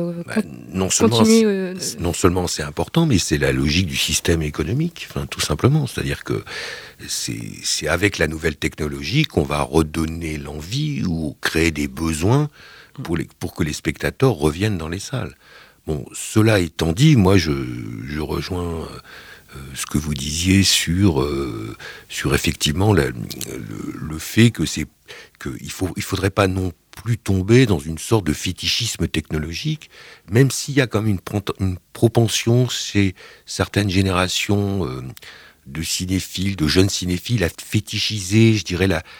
continuer non seulement c'est important, mais c'est la logique du système économique, tout simplement. C'est-à-dire que c'est avec la nouvelle technologie qu'on va redonner l'envie ou créer des besoins pour que les spectateurs reviennent dans les salles. Bon, cela étant dit, moi je rejoins ce que vous disiez sur effectivement le fait qu'il faudrait pas non plus tomber dans une sorte de fétichisme technologique, même s'il y a comme une propension chez certaines générations de cinéphiles, de jeunes cinéphiles, à fétichiser, je dirais, la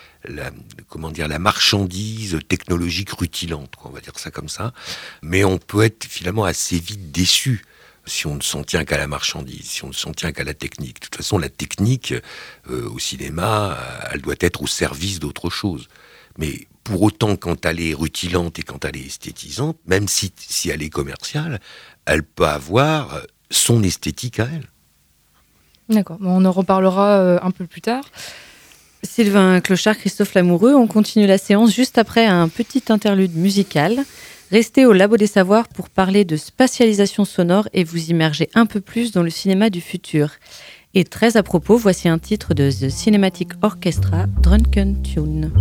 marchandise technologique rutilante, on va dire ça comme ça. Mais on peut être finalement assez vite déçu si on ne s'en tient qu'à la marchandise, si on ne s'en tient qu'à la technique. De toute façon, la technique, au cinéma, elle doit être au service d'autre chose. Mais pour autant, quand elle est rutilante et quand elle est esthétisante, même si elle est commerciale, elle peut avoir son esthétique à elle. D'accord, on en reparlera un peu plus tard. Sylvain Clochard, Christophe Lamoureux, on continue la séance juste après un petit interlude musical. Restez au Labo des Savoirs pour parler de spatialisation sonore et vous immerger un peu plus dans le cinéma du futur. Et très à propos, voici un titre de The Cinematic Orchestra, Drunken Tune.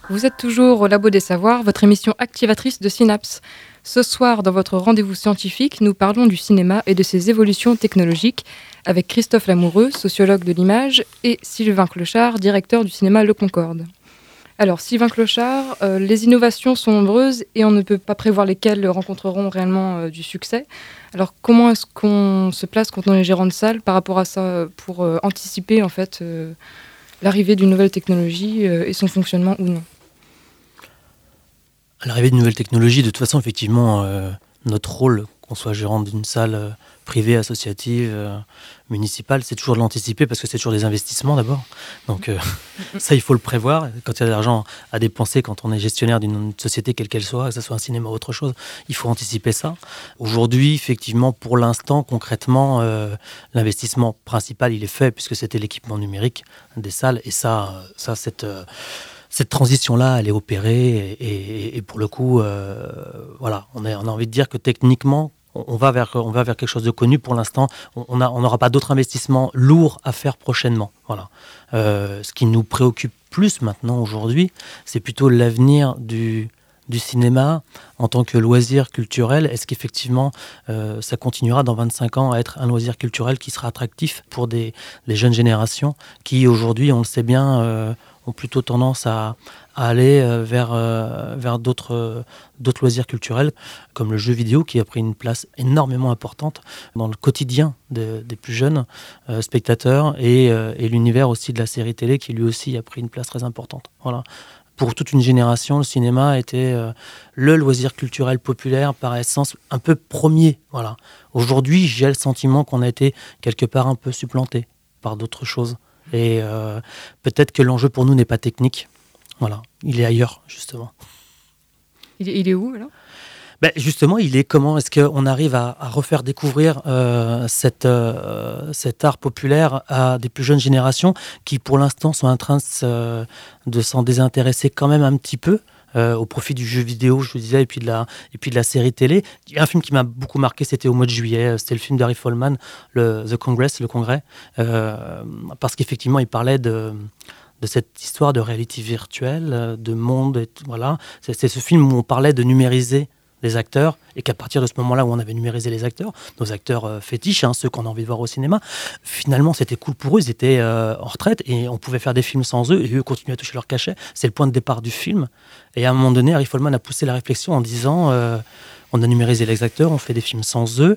Vous êtes toujours au Labo des Savoirs, votre émission activatrice de Synapse. Ce soir, dans votre rendez-vous scientifique, nous parlons du cinéma et de ses évolutions technologiques avec Christophe Lamoureux, sociologue de l'image, et Sylvain Clochard, directeur du cinéma Le Concorde. Alors, Sylvain Clochard, les innovations sont nombreuses et on ne peut pas prévoir lesquelles rencontreront réellement du succès. Alors, comment est-ce qu'on se place quand on est gérant de salle par rapport à ça pour anticiper en fait l'arrivée d'une nouvelle technologie et son fonctionnement ou non? À l'arrivée d'une nouvelle technologie, de toute façon, effectivement, notre rôle, qu'on soit gérant d'une salle privée, associative, municipale, c'est toujours de l'anticiper parce que c'est toujours des investissements d'abord. Donc ça, il faut le prévoir. Quand il y a de l'argent à dépenser, quand on est gestionnaire d'une société, quelle qu'elle soit, que ce soit un cinéma ou autre chose, il faut anticiper ça. Aujourd'hui, effectivement, pour l'instant, concrètement, l'investissement principal, il est fait puisque c'était l'équipement numérique des salles. Et cette transition-là, elle est opérée et pour le coup, voilà, on a envie de dire que techniquement, on va vers quelque chose de connu. Pour l'instant, on n'aura pas d'autres investissements lourds à faire prochainement. Voilà. Ce qui nous préoccupe plus maintenant aujourd'hui, c'est plutôt l'avenir du cinéma en tant que loisir culturel. Est-ce qu'effectivement, ça continuera dans 25 ans à être un loisir culturel qui sera attractif pour les jeunes générations qui, aujourd'hui, on le sait bien, ont plutôt tendance à aller vers d'autres loisirs culturels, comme le jeu vidéo, qui a pris une place énormément importante dans le quotidien des plus jeunes spectateurs, et l'univers aussi de la série télé, qui lui aussi a pris une place très importante. Voilà. Pour toute une génération, le cinéma était le loisir culturel populaire par essence, un peu premier. Voilà. Aujourd'hui, j'ai le sentiment qu'on a été quelque part un peu supplanté par d'autres choses. Et peut-être que l'enjeu pour nous n'est pas technique. Voilà, il est ailleurs, justement. Il est où, alors ? Justement, il est comment est-ce qu'on arrive à refaire découvrir cet art populaire à des plus jeunes générations qui, pour l'instant, sont en train de s'en désintéresser quand même un petit peu. Au profit du jeu vidéo, je vous disais, et puis de la série télé. Il y a un film qui m'a beaucoup marqué, c'était au mois de juillet, c'était le film d'Harry Folman, The Congress, le Congrès, parce qu'effectivement, il parlait de cette histoire de réalité virtuelle, de monde, voilà. C'est ce film où on parlait de numériser les acteurs, et qu'à partir de ce moment-là où on avait numérisé les acteurs, nos acteurs fétiches, ceux qu'on a envie de voir au cinéma, finalement c'était cool pour eux, ils étaient en retraite et on pouvait faire des films sans eux, et eux continuaient à toucher leur cachet. C'est le point de départ du film. Et à un moment donné, Harry Folman a poussé la réflexion en disant on a numérisé les acteurs, on fait des films sans eux,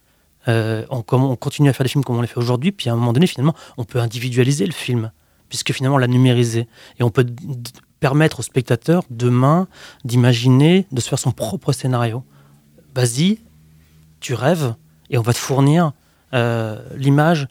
on continue à faire des films comme on les fait aujourd'hui, puis à un moment donné, finalement, on peut individualiser le film, puisque finalement on l'a numérisé. Et on peut permettre au spectateur demain d'imaginer, de se faire son propre scénario. Vas-y, tu rêves, et on va te fournir l'image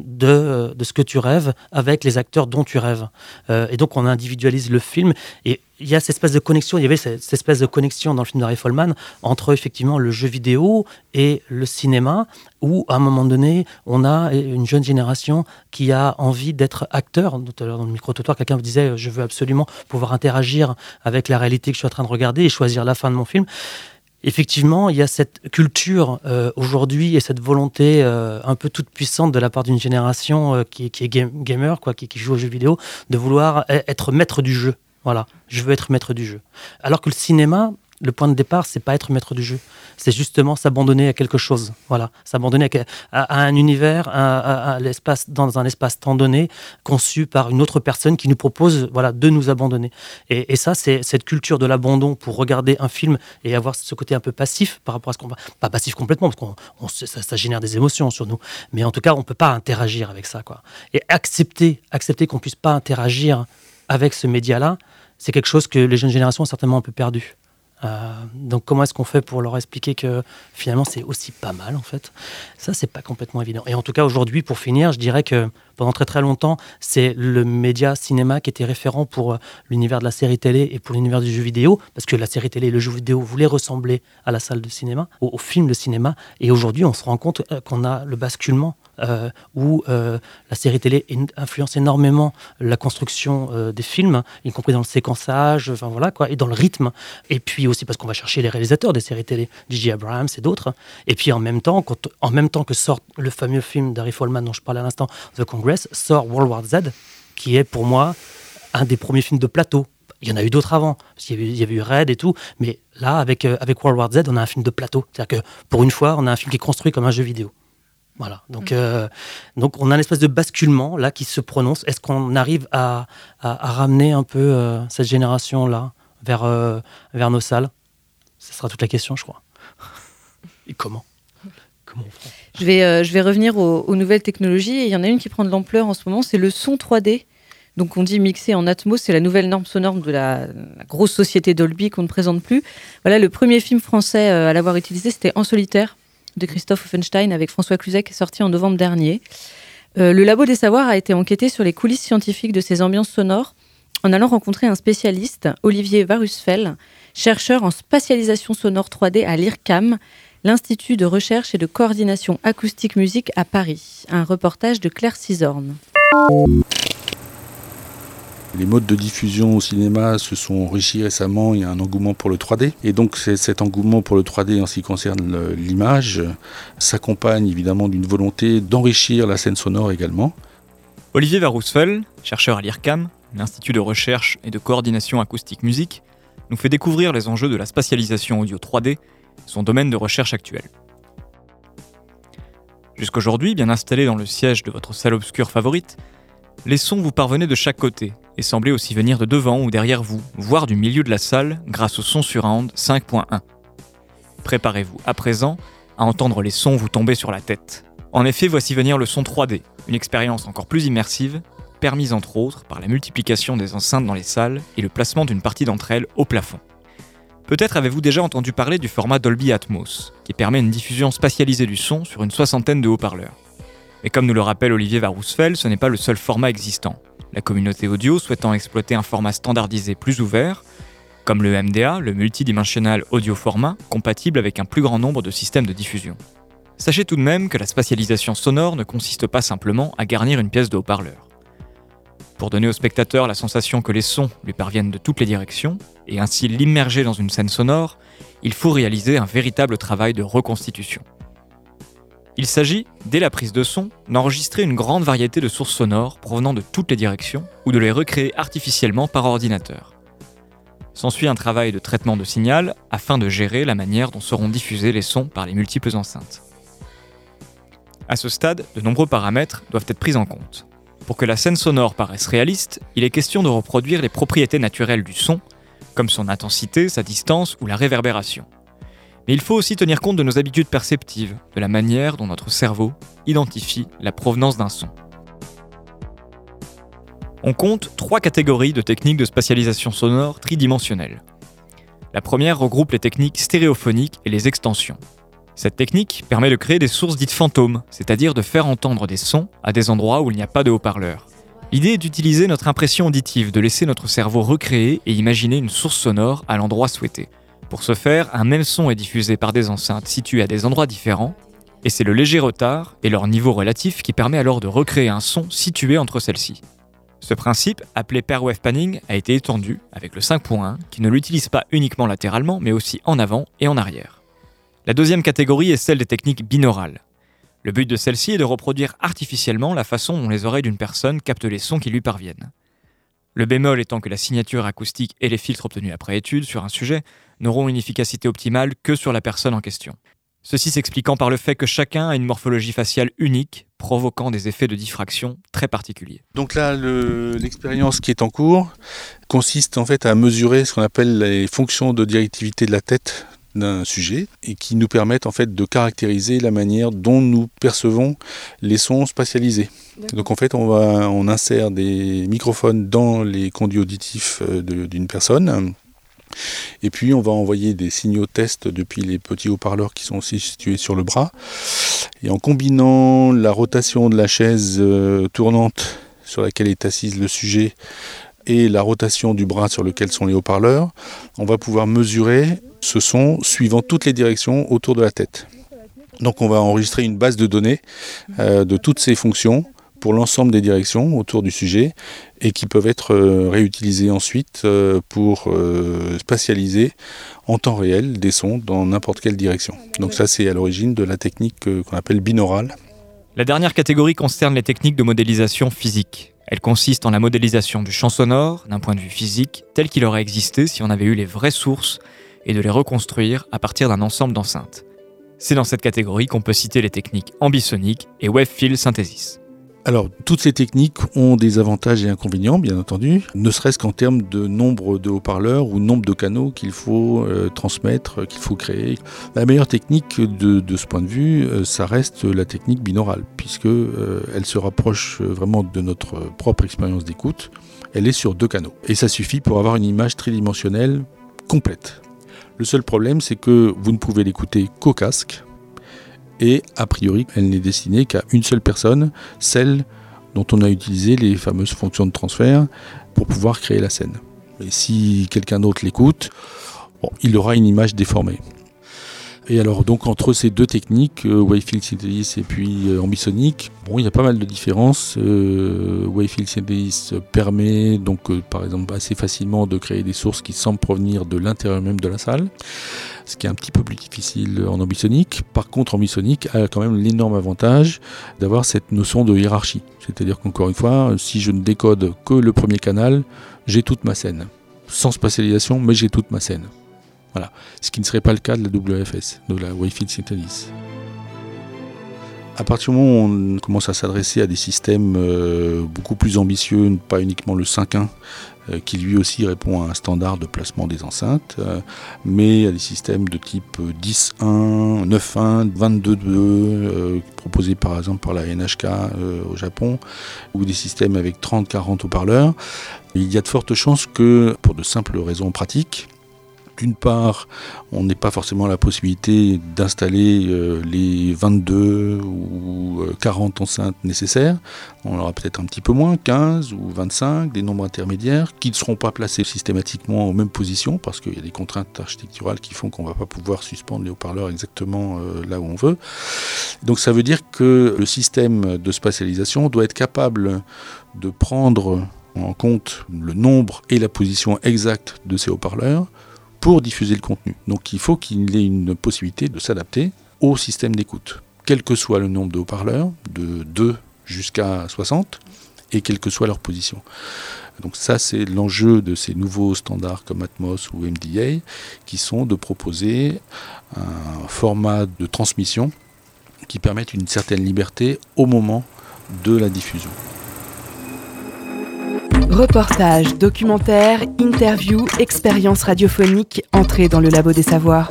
de ce que tu rêves avec les acteurs dont tu rêves. Et donc on individualise le film, et il y a cette espèce de connexion, il y avait cette espèce de connexion dans le film d'Harry Folman entre effectivement le jeu vidéo et le cinéma, où à un moment donné on a une jeune génération qui a envie d'être acteur. Tout à l'heure dans le micro-trottoir, quelqu'un me disait je veux absolument pouvoir interagir avec la réalité que je suis en train de regarder et choisir la fin de mon film. Effectivement, il y a cette culture aujourd'hui et cette volonté un peu toute puissante de la part d'une génération qui est gamer, qui joue aux jeux vidéo, de vouloir être maître du jeu. Voilà, je veux être maître du jeu. Alors que le cinéma, le point de départ, c'est pas être maître du jeu. C'est justement s'abandonner à quelque chose. Voilà, s'abandonner à un univers, à l'espace, dans un espace-temps donné, conçu par une autre personne qui nous propose, de nous abandonner. Et ça, c'est cette culture de l'abandon pour regarder un film et avoir ce côté un peu passif par rapport à ce qu'on va... Pas passif complètement, parce que ça génère des émotions sur nous. Mais en tout cas, on peut pas interagir avec ça, Et accepter qu'on puisse pas interagir avec ce média-là, c'est quelque chose que les jeunes générations ont certainement un peu perdu. Donc comment est-ce qu'on fait pour leur expliquer que finalement c'est aussi pas mal en fait ? Ça, c'est pas complètement évident. Et en tout cas aujourd'hui, pour finir, je dirais que pendant très très longtemps, c'est le média cinéma qui était référent pour l'univers de la série télé et pour l'univers du jeu vidéo, parce que la série télé et le jeu vidéo voulaient ressembler à la salle de cinéma, au film de cinéma. Et aujourd'hui, on se rend compte qu'on a le basculement où la série télé influence énormément la construction des films, y compris dans le séquençage, et dans le rythme. Et puis aussi parce qu'on va chercher les réalisateurs des séries télé, J.J. Abrams et d'autres. Et puis en même temps que sort le fameux film d'Harry Folman dont je parlais à l'instant, The Congress, sort World War Z, qui est pour moi un des premiers films de plateau. Il y en a eu d'autres avant, parce qu'il y avait eu Red et tout, mais là, avec World War Z, on a un film de plateau. C'est-à-dire que, pour une fois, on a un film qui est construit comme un jeu vidéo. Voilà, donc on a une espèce de basculement là qui se prononce. Est-ce qu'on arrive à ramener un peu cette génération-là vers nos salles ? Ce sera toute la question, je crois. Et comment on fait ? Je vais revenir aux nouvelles technologies. Et il y en a une qui prend de l'ampleur en ce moment, c'est le son 3D. Donc on dit mixé en Atmos, c'est la nouvelle norme sonore de la grosse société Dolby qu'on ne présente plus. Voilà, le premier film français à l'avoir utilisé, c'était En solitaire, de Christophe Offenstein avec François Cluzet, qui est sorti en novembre dernier. Le Labo des Savoirs a été enquêté sur les coulisses scientifiques de ces ambiances sonores en allant rencontrer un spécialiste, Olivier Warusfel, chercheur en spatialisation sonore 3D à l'IRCAM, l'Institut de recherche et de coordination acoustique musique à Paris. Un reportage de Claire Cisorne. Les modes de diffusion au cinéma se sont enrichis récemment, il y a un engouement pour le 3D. Et donc cet engouement pour le 3D en ce qui concerne l'image s'accompagne évidemment d'une volonté d'enrichir la scène sonore également. Olivier Warusfel, chercheur à l'IRCAM, l'Institut de recherche et de coordination acoustique musique, nous fait découvrir les enjeux de la spatialisation audio 3D, son domaine de recherche actuel. Jusqu'aujourd'hui, bien installé dans le siège de votre salle obscure favorite, les sons vous parvenaient de chaque côté et semblaient aussi venir de devant ou derrière vous, voire du milieu de la salle grâce au son surround 5.1. Préparez-vous à présent à entendre les sons vous tomber sur la tête. En effet, voici venir le son 3D, une expérience encore plus immersive, permise entre autres par la multiplication des enceintes dans les salles et le placement d'une partie d'entre elles au plafond. Peut-être avez-vous déjà entendu parler du format Dolby Atmos, qui permet une diffusion spatialisée du son sur une 60aine de haut-parleurs. Mais comme nous le rappelle Olivier Warusfel, ce n'est pas le seul format existant. La communauté audio souhaitant exploiter un format standardisé plus ouvert, comme le MDA, le Multidimensional Audio Format, compatible avec un plus grand nombre de systèmes de diffusion. Sachez tout de même que la spatialisation sonore ne consiste pas simplement à garnir une pièce de haut-parleur. Pour donner au spectateur la sensation que les sons lui parviennent de toutes les directions, et ainsi l'immerger dans une scène sonore, il faut réaliser un véritable travail de reconstitution. Il s'agit, dès la prise de son, d'enregistrer une grande variété de sources sonores provenant de toutes les directions ou de les recréer artificiellement par ordinateur. S'ensuit un travail de traitement de signal afin de gérer la manière dont seront diffusés les sons par les multiples enceintes. À ce stade, de nombreux paramètres doivent être pris en compte. Pour que la scène sonore paraisse réaliste, il est question de reproduire les propriétés naturelles du son, comme son intensité, sa distance ou la réverbération. Mais il faut aussi tenir compte de nos habitudes perceptives, de la manière dont notre cerveau identifie la provenance d'un son. On compte 3 catégories de techniques de spatialisation sonore tridimensionnelle. La première regroupe les techniques stéréophoniques et les extensions. Cette technique permet de créer des sources dites fantômes, c'est-à-dire de faire entendre des sons à des endroits où il n'y a pas de haut-parleur. L'idée est d'utiliser notre impression auditive, de laisser notre cerveau recréer et imaginer une source sonore à l'endroit souhaité. Pour ce faire, un même son est diffusé par des enceintes situées à des endroits différents, et c'est le léger retard et leur niveau relatif qui permet alors de recréer un son situé entre celles-ci. Ce principe, appelé pair wave panning, a été étendu avec le 5.1, qui ne l'utilise pas uniquement latéralement, mais aussi en avant et en arrière. La deuxième catégorie est celle des techniques binaurales. Le but de celle-ci est de reproduire artificiellement la façon dont les oreilles d'une personne captent les sons qui lui parviennent. Le bémol étant que la signature acoustique et les filtres obtenus après étude sur un sujet n'auront une efficacité optimale que sur la personne en question. Ceci s'expliquant par le fait que chacun a une morphologie faciale unique, provoquant des effets de diffraction très particuliers. Donc là, l'expérience qui est en cours consiste en fait à mesurer ce qu'on appelle les fonctions de directivité de la tête d'un sujet et qui nous permettent en fait de caractériser la manière dont nous percevons les sons spatialisés. Donc en fait on insère des microphones dans les conduits auditifs d'une personne et puis on va envoyer des signaux test depuis les petits haut-parleurs qui sont aussi situés sur le bras et en combinant la rotation de la chaise tournante sur laquelle est assise le sujet et la rotation du bras sur lequel sont les haut-parleurs, on va pouvoir mesurer ce son suivant toutes les directions autour de la tête. Donc on va enregistrer une base de données de toutes ces fonctions pour l'ensemble des directions autour du sujet et qui peuvent être réutilisées ensuite pour spatialiser en temps réel des sons dans n'importe quelle direction. Donc ça c'est à l'origine de la technique qu'on appelle binaurale. La dernière catégorie concerne les techniques de modélisation physique. Elle consiste en la modélisation du champ sonore, d'un point de vue physique, tel qu'il aurait existé si on avait eu les vraies sources, et de les reconstruire à partir d'un ensemble d'enceintes. C'est dans cette catégorie qu'on peut citer les techniques ambisoniques et wave-field synthesis. Alors, toutes ces techniques ont des avantages et inconvénients, bien entendu, ne serait-ce qu'en termes de nombre de haut-parleurs ou nombre de canaux qu'il faut transmettre, qu'il faut créer. La meilleure technique de ce point de vue, ça reste la technique binaurale, puisque elle se rapproche vraiment de notre propre expérience d'écoute. Elle est sur 2 canaux. Et ça suffit pour avoir une image tridimensionnelle complète. Le seul problème, c'est que vous ne pouvez l'écouter qu'au casque. Et a priori, elle n'est destinée qu'à une seule personne, celle dont on a utilisé les fameuses fonctions de transfert pour pouvoir créer la scène. Et si quelqu'un d'autre l'écoute, il aura une image déformée. Et alors donc entre ces 2 techniques, wave-field synthesis et puis ambisonique, il y a pas mal de différences. Wave-field synthesis permet donc par exemple assez facilement de créer des sources qui semblent provenir de l'intérieur même de la salle, ce qui est un petit peu plus difficile en ambisonique. Par contre, ambisonique a quand même l'énorme avantage d'avoir cette notion de hiérarchie. C'est-à-dire qu'encore une fois, si je ne décode que le premier canal, j'ai toute ma scène. Sans spatialisation, mais j'ai toute ma scène. Voilà. Ce qui ne serait pas le cas de la WFS, de la wave-field synthesis. À partir du moment où on commence à s'adresser à des systèmes beaucoup plus ambitieux, pas uniquement le 5.1, qui lui aussi répond à un standard de placement des enceintes, mais à des systèmes de type 10.1, 9.1, 22.2, proposés par exemple par la NHK au Japon, ou des systèmes avec 30-40 haut-parleurs, il y a de fortes chances que, pour de simples raisons pratiques, d'une part, on n'ait pas forcément la possibilité d'installer les 22 ou 40 enceintes nécessaires. On aura peut-être un petit peu moins, 15 ou 25, des nombres intermédiaires qui ne seront pas placés systématiquement aux mêmes positions parce qu'il y a des contraintes architecturales qui font qu'on ne va pas pouvoir suspendre les haut-parleurs exactement là où on veut. Donc ça veut dire que le système de spatialisation doit être capable de prendre en compte le nombre et la position exacte de ces haut-parleurs pour diffuser le contenu. Donc il faut qu'il ait une possibilité de s'adapter au système d'écoute, quel que soit le nombre de haut-parleurs, de 2 jusqu'à 60, et quelle que soit leur position. Donc ça, c'est l'enjeu de ces nouveaux standards comme Atmos ou MDA, qui sont de proposer un format de transmission qui permette une certaine liberté au moment de la diffusion. Reportages, documentaires, interviews, expériences radiophoniques, entrez dans le labo des savoirs.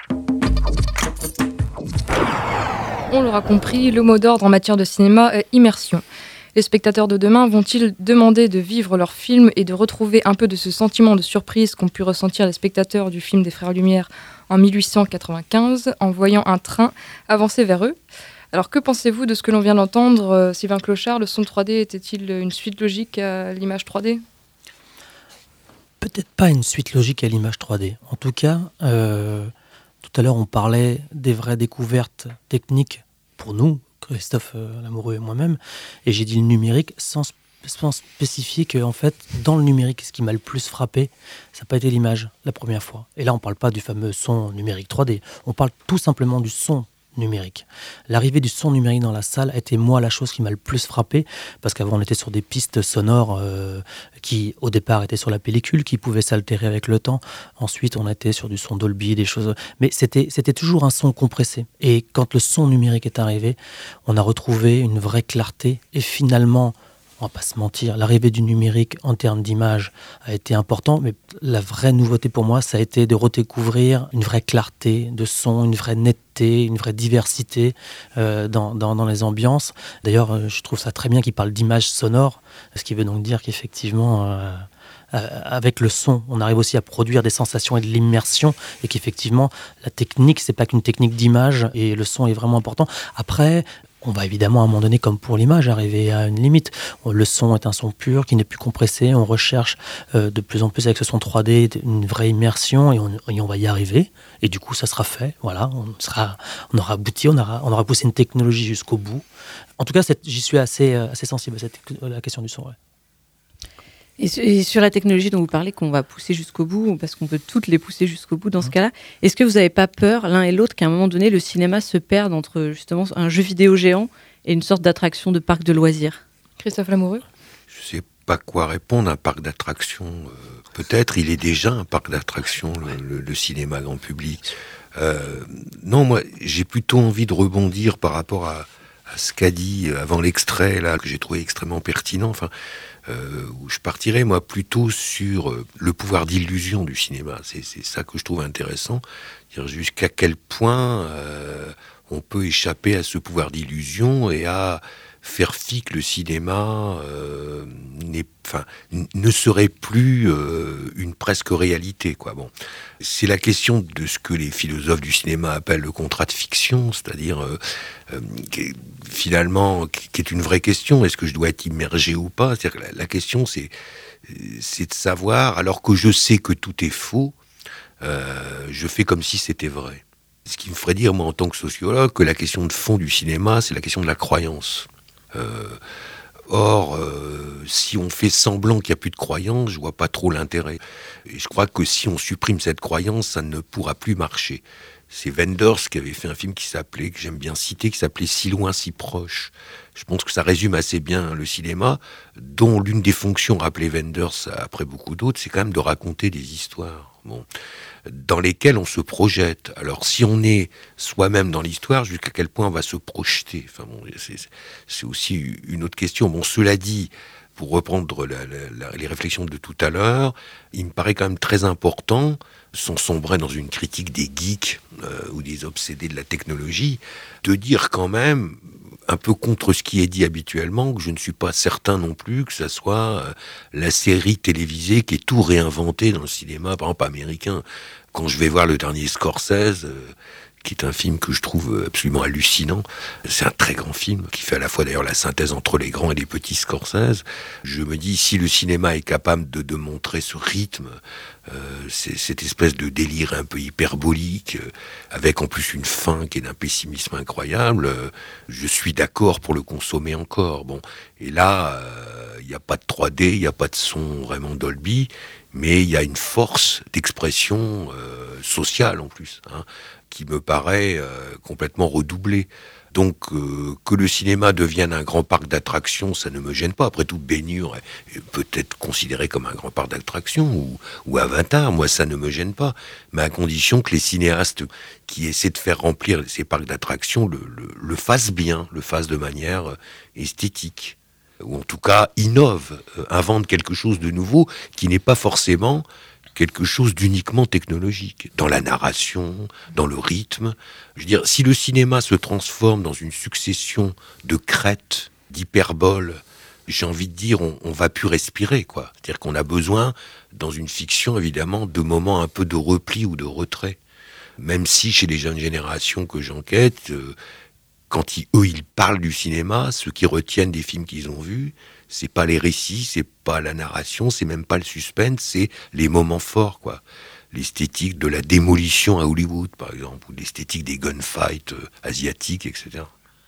On l'aura compris, le mot d'ordre en matière de cinéma est immersion. Les spectateurs de demain vont-ils demander de vivre leur film et de retrouver un peu de ce sentiment de surprise qu'ont pu ressentir les spectateurs du film des Frères Lumière en 1895 en voyant un train avancer vers eux ? Alors que pensez-vous de ce que l'on vient d'entendre, Sylvain Clochard? Le son 3D était-il une suite logique à l'image 3D? Peut-être pas une suite logique à l'image 3D. En tout cas, tout à l'heure on parlait des vraies découvertes techniques pour nous, Christophe Lamoureux et moi-même, et j'ai dit le numérique sans spécifier que en fait, dans le numérique, ce qui m'a le plus frappé, ça n'a pas été l'image la première fois. Et là, on ne parle pas du fameux son numérique 3D, on parle tout simplement du son numérique. L'arrivée du son numérique dans la salle a été, moi, la chose qui m'a le plus frappé, parce qu'avant on était sur des pistes sonores qui au départ étaient sur la pellicule, qui pouvaient s'altérer avec le temps. Ensuite on était sur du son Dolby, des choses, mais c'était toujours un son compressé. Et quand le son numérique est arrivé, on a retrouvé une vraie clarté, et finalement, on va pas se mentir, l'arrivée du numérique en termes d'image a été important, mais la vraie nouveauté pour moi, ça a été de redécouvrir une vraie clarté de son, une vraie netteté, une vraie diversité dans les ambiances. D'ailleurs, je trouve ça très bien qu'il parle d'image sonore, ce qui veut donc dire qu'effectivement, avec le son, on arrive aussi à produire des sensations et de l'immersion, et qu'effectivement, la technique, c'est pas qu'une technique d'image, et le son est vraiment important. Après, on va évidemment à un moment donné, comme pour l'image, arriver à une limite. Le son est un son pur qui n'est plus compressé. On recherche de plus en plus avec ce son 3D une vraie immersion, et on va y arriver. Et du coup, ça sera fait. Voilà, on aura abouti, on aura poussé une technologie jusqu'au bout. En tout cas, j'y suis assez sensible à la question du son. Ouais. Et sur la technologie dont vous parlez, qu'on va pousser jusqu'au bout, parce qu'on peut toutes les pousser jusqu'au bout dans ce cas-là, est-ce que vous n'avez pas peur, l'un et l'autre, qu'à un moment donné, le cinéma se perde entre justement un jeu vidéo géant et une sorte d'attraction de parc de loisirs? Christophe Lamoureux? Je sais pas quoi répondre. Un parc d'attractions, peut-être, il est déjà un parc d'attractions, le cinéma grand public. Non, moi, j'ai plutôt envie de rebondir par rapport à ce qu'a dit avant l'extrait, là, que j'ai trouvé extrêmement pertinent. Enfin, où je partirais, moi, plutôt sur le pouvoir d'illusion du cinéma. C'est ça que je trouve intéressant. Dire jusqu'à quel point on peut échapper à ce pouvoir d'illusion et à faire fi que le cinéma ne serait plus une presque réalité, quoi. Bon, c'est la question de ce que les philosophes du cinéma appellent le contrat de fiction, c'est-à-dire finalement qui est une vraie question. Est-ce que je dois être immergé ou pas? C'est-à-dire que la question, c'est de savoir, alors que je sais que tout est faux, je fais comme si c'était vrai. Ce qui me ferait dire, moi, en tant que sociologue, que la question de fond du cinéma, c'est la question de la croyance. Or, si on fait semblant qu'il n'y a plus de croyance, je vois pas trop l'intérêt. Et je crois que si on supprime cette croyance, ça ne pourra plus marcher. C'est Wenders qui avait fait un film que j'aime bien citer, qui s'appelait Si loin, si proche. Je pense que ça résume assez bien le cinéma, dont l'une des fonctions, rappelait Wenders après beaucoup d'autres, c'est quand même de raconter des histoires. Bon, dans lesquelles on se projette. Alors, si on est soi-même dans l'histoire, jusqu'à quel point on va se projeter? Enfin bon, c'est aussi une autre question. Bon, cela dit, pour reprendre les réflexions de tout à l'heure, il me paraît quand même très important, sans sombrer dans une critique des geeks ou des obsédés de la technologie, de dire quand même, un peu contre ce qui est dit habituellement, que je ne suis pas certain non plus que ça soit la série télévisée qui est tout réinventée dans le cinéma, par exemple américain. Quand je vais voir le dernier Scorsese, qui est un film que je trouve absolument hallucinant, c'est un très grand film, qui fait à la fois d'ailleurs la synthèse entre les grands et les petits Scorsese. Je me dis, si le cinéma est capable de montrer ce rythme, cette espèce de délire un peu hyperbolique, avec en plus une fin qui est d'un pessimisme incroyable, je suis d'accord pour le consommer encore. Bon, et là, il n'y a pas de 3D, il n'y a pas de son vraiment Dolby, mais il y a une force d'expression sociale en plus, hein, qui me paraît complètement redoublée. Donc, que le cinéma devienne un grand parc d'attractions, ça ne me gêne pas. Après tout, Ben-Hur est peut-être considéré comme un grand parc d'attractions, ou Avatar, moi ça ne me gêne pas. Mais à condition que les cinéastes qui essaient de faire remplir ces parcs d'attractions le fassent bien, le fassent de manière esthétique. Ou en tout cas, innovent, inventent quelque chose de nouveau qui n'est pas forcément quelque chose d'uniquement technologique, dans la narration, dans le rythme. Je veux dire, si le cinéma se transforme dans une succession de crêtes, d'hyperboles, j'ai envie de dire, on va plus respirer, quoi. C'est-à-dire qu'on a besoin, dans une fiction, évidemment, de moments un peu de repli ou de retrait. Même si, chez les jeunes générations que j'enquête, quand ils parlent du cinéma, ceux qui retiennent des films qu'ils ont vus, c'est pas les récits, c'est pas la narration, c'est même pas le suspense, c'est les moments forts, quoi. L'esthétique de la démolition à Hollywood, par exemple, ou l'esthétique des gunfights asiatiques, etc.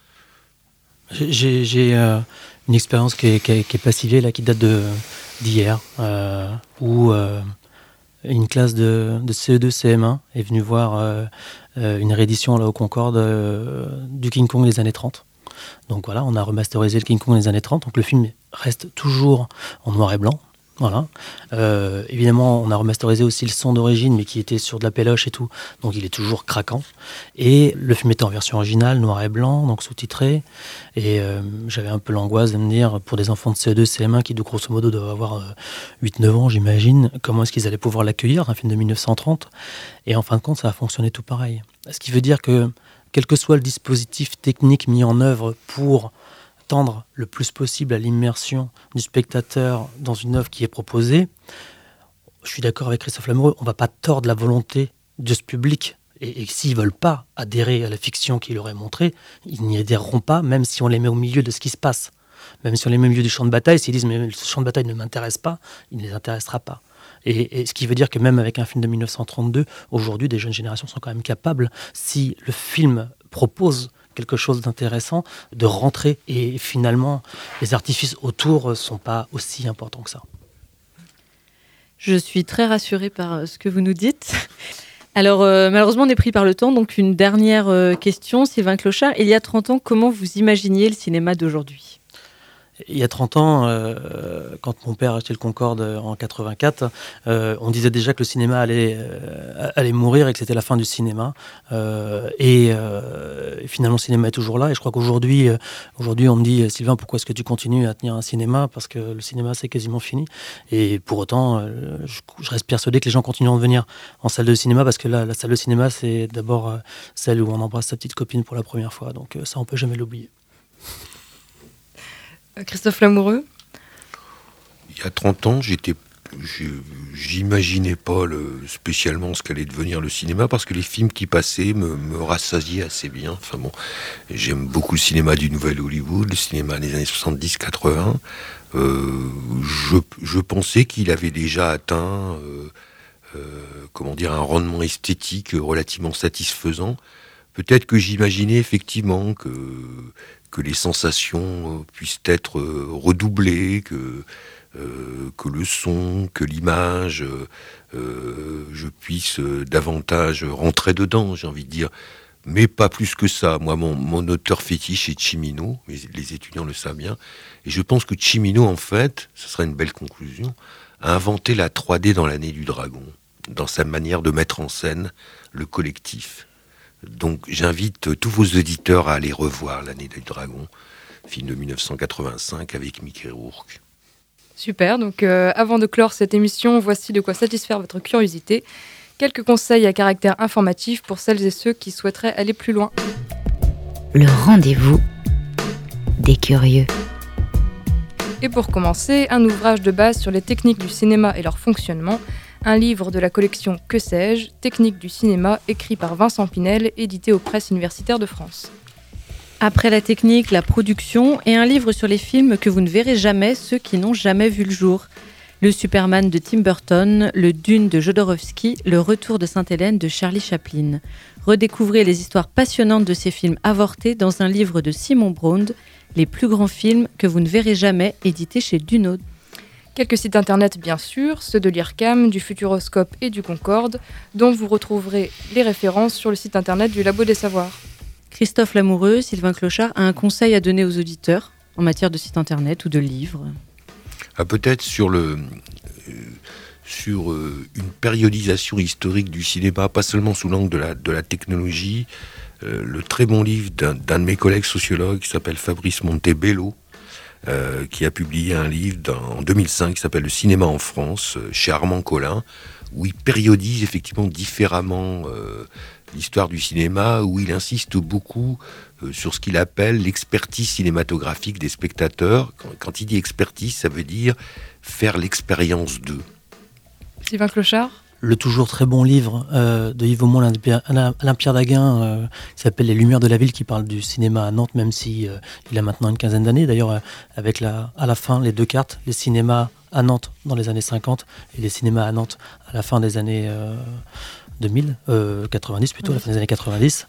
J'ai une expérience qui est passivée, là, qui date d'hier, où une classe de CE2, CM1 est venue voir une réédition là, au Concorde du King Kong des années 30. Donc voilà, on a remasterisé le King Kong des années 30, donc le film reste toujours en noir et blanc. Voilà. Évidemment, on a remasterisé aussi le son d'origine, mais qui était sur de la péloche et tout, donc il est toujours craquant. Et le film était en version originale, noir et blanc, donc sous-titré. Et j'avais un peu l'angoisse de me dire, pour des enfants de CE2, CM1, qui de grosso modo doivent avoir 8-9 ans, j'imagine, comment est-ce qu'ils allaient pouvoir l'accueillir, un film de 1930. Et en fin de compte, ça a fonctionné tout pareil. Ce qui veut dire que, quel que soit le dispositif technique mis en œuvre pour tendre le plus possible à l'immersion du spectateur dans une œuvre qui est proposée, je suis d'accord avec Christophe Lamoureux, on ne va pas tordre la volonté de ce public. Et s'ils ne veulent pas adhérer à la fiction qu'il aurait montrée, ils n'y adhéreront pas, même si on les met au milieu de ce qui se passe. Même si on les met au milieu du champ de bataille, s'ils disent « mais ce champ de bataille ne m'intéresse pas », il ne les intéressera pas. Et ce qui veut dire que même avec un film de 1932, aujourd'hui, des jeunes générations sont quand même capables, si le film propose quelque chose d'intéressant, de rentrer. Et finalement, les artifices autour ne sont pas aussi importants que ça. Je suis très rassurée par ce que vous nous dites. Alors, malheureusement, on est pris par le temps. Donc, une dernière question, Sylvain Clochard. Il y a 30 ans, comment vous imaginiez le cinéma d'aujourd'hui ? Il y a 30 ans, quand mon père achetait le Concorde en 84, on disait déjà que le cinéma allait mourir et que c'était la fin du cinéma. Et finalement, le cinéma est toujours là. Et je crois qu'aujourd'hui, on me dit, Sylvain, pourquoi est-ce que tu continues à tenir un cinéma ? Parce que le cinéma, c'est quasiment fini. Et pour autant, je reste persuadé que les gens continueront de venir en salle de cinéma parce que la salle de cinéma, c'est d'abord celle où on embrasse sa petite copine pour la première fois. Donc ça, on peut jamais l'oublier. Christophe Lamoureux ? Il y a 30 ans, j'imaginais pas spécialement ce qu'allait devenir le cinéma parce que les films qui passaient me rassasiaient assez bien. Enfin bon, j'aime beaucoup le cinéma du Nouvel Hollywood, le cinéma des années 70-80. Je pensais qu'il avait déjà atteint un rendement esthétique relativement satisfaisant. Peut-être que j'imaginais effectivement que les sensations puissent être redoublées, que le son, que l'image, je puisse davantage rentrer dedans, j'ai envie de dire. Mais pas plus que ça. Moi, mon auteur fétiche est Cimino, mais les étudiants le savent bien. Et je pense que Cimino, en fait, ce serait une belle conclusion, a inventé la 3D dans l'année du dragon, dans sa manière de mettre en scène le collectif. Donc j'invite tous vos auditeurs à aller revoir l'année du dragon, film de 1985 avec Mickey Rourke. Super, donc avant de clore cette émission, voici de quoi satisfaire votre curiosité. Quelques conseils à caractère informatif pour celles et ceux qui souhaiteraient aller plus loin. Le rendez-vous des curieux. Et pour commencer, un ouvrage de base sur les techniques du cinéma et leur fonctionnement. Un livre de la collection Que sais-je, Techniques du cinéma, écrit par Vincent Pinel, édité aux Presses universitaires de France. Après la technique, la production et un livre sur les films que vous ne verrez jamais, ceux qui n'ont jamais vu le jour. Le Superman de Tim Burton, le Dune de Jodorowsky, le Retour de Sainte-Hélène de Charlie Chaplin. Redécouvrez les histoires passionnantes de ces films avortés dans un livre de Simon Braund, Les plus grands films que vous ne verrez jamais, édité chez Duno. Quelques sites internet bien sûr, ceux de l'IRCAM, du Futuroscope et du Concorde, dont vous retrouverez les références sur le site internet du Labo des Savoirs. Christophe Lamoureux, Sylvain Clochard a un conseil à donner aux auditeurs en matière de site internet ou de livres. Peut-être sur une périodisation historique du cinéma, pas seulement sous l'angle de la technologie, le très bon livre d'un de mes collègues sociologues qui s'appelle Fabrice Montebello, qui a publié un livre en 2005 qui s'appelle « Le cinéma en France » chez Armand Collin, où il périodise effectivement différemment l'histoire du cinéma, où il insiste beaucoup sur ce qu'il appelle l'expertise cinématographique des spectateurs. Quand il dit expertise, ça veut dire faire l'expérience d'eux. Sylvain Clochard ? Le toujours très bon livre de Yves Aumont, Alain Pierre Daguin, qui s'appelle Les Lumières de la Ville, qui parle du cinéma à Nantes, même si il a maintenant une quinzaine d'années. D'ailleurs, avec à la fin les deux cartes, les cinémas à Nantes dans les années 50 et les cinémas à Nantes à la fin des années 90 plutôt, à la fin des années 90.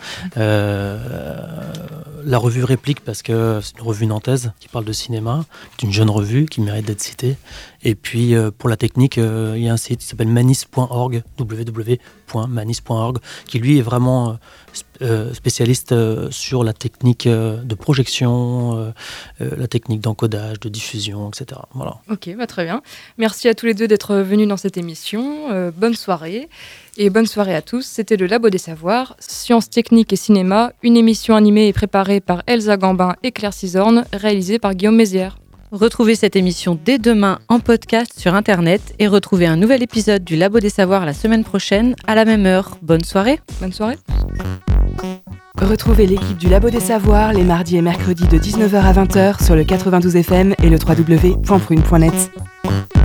La revue Réplique, parce que c'est une revue nantaise qui parle de cinéma, c'est une jeune revue qui mérite d'être citée. Et puis pour la technique, il y a un site qui s'appelle manis.org, www.manis.org, qui lui est vraiment spécialiste sur la technique de projection, la technique d'encodage, de diffusion, etc. Voilà. Ok, très bien. Merci à tous les deux d'être venus dans cette émission. Bonne soirée. Et bonne soirée à tous. C'était le Labo des Savoirs, Sciences, Techniques et Cinéma, une émission animée et préparée par Elsa Gambin et Claire Cisorne, réalisée par Guillaume Mézières. Retrouvez cette émission dès demain en podcast sur Internet et retrouvez un nouvel épisode du Labo des Savoirs la semaine prochaine à la même heure. Bonne soirée. Bonne soirée. Retrouvez l'équipe du Labo des Savoirs les mardis et mercredis de 19h à 20h sur le 92 FM et le www.prune.net.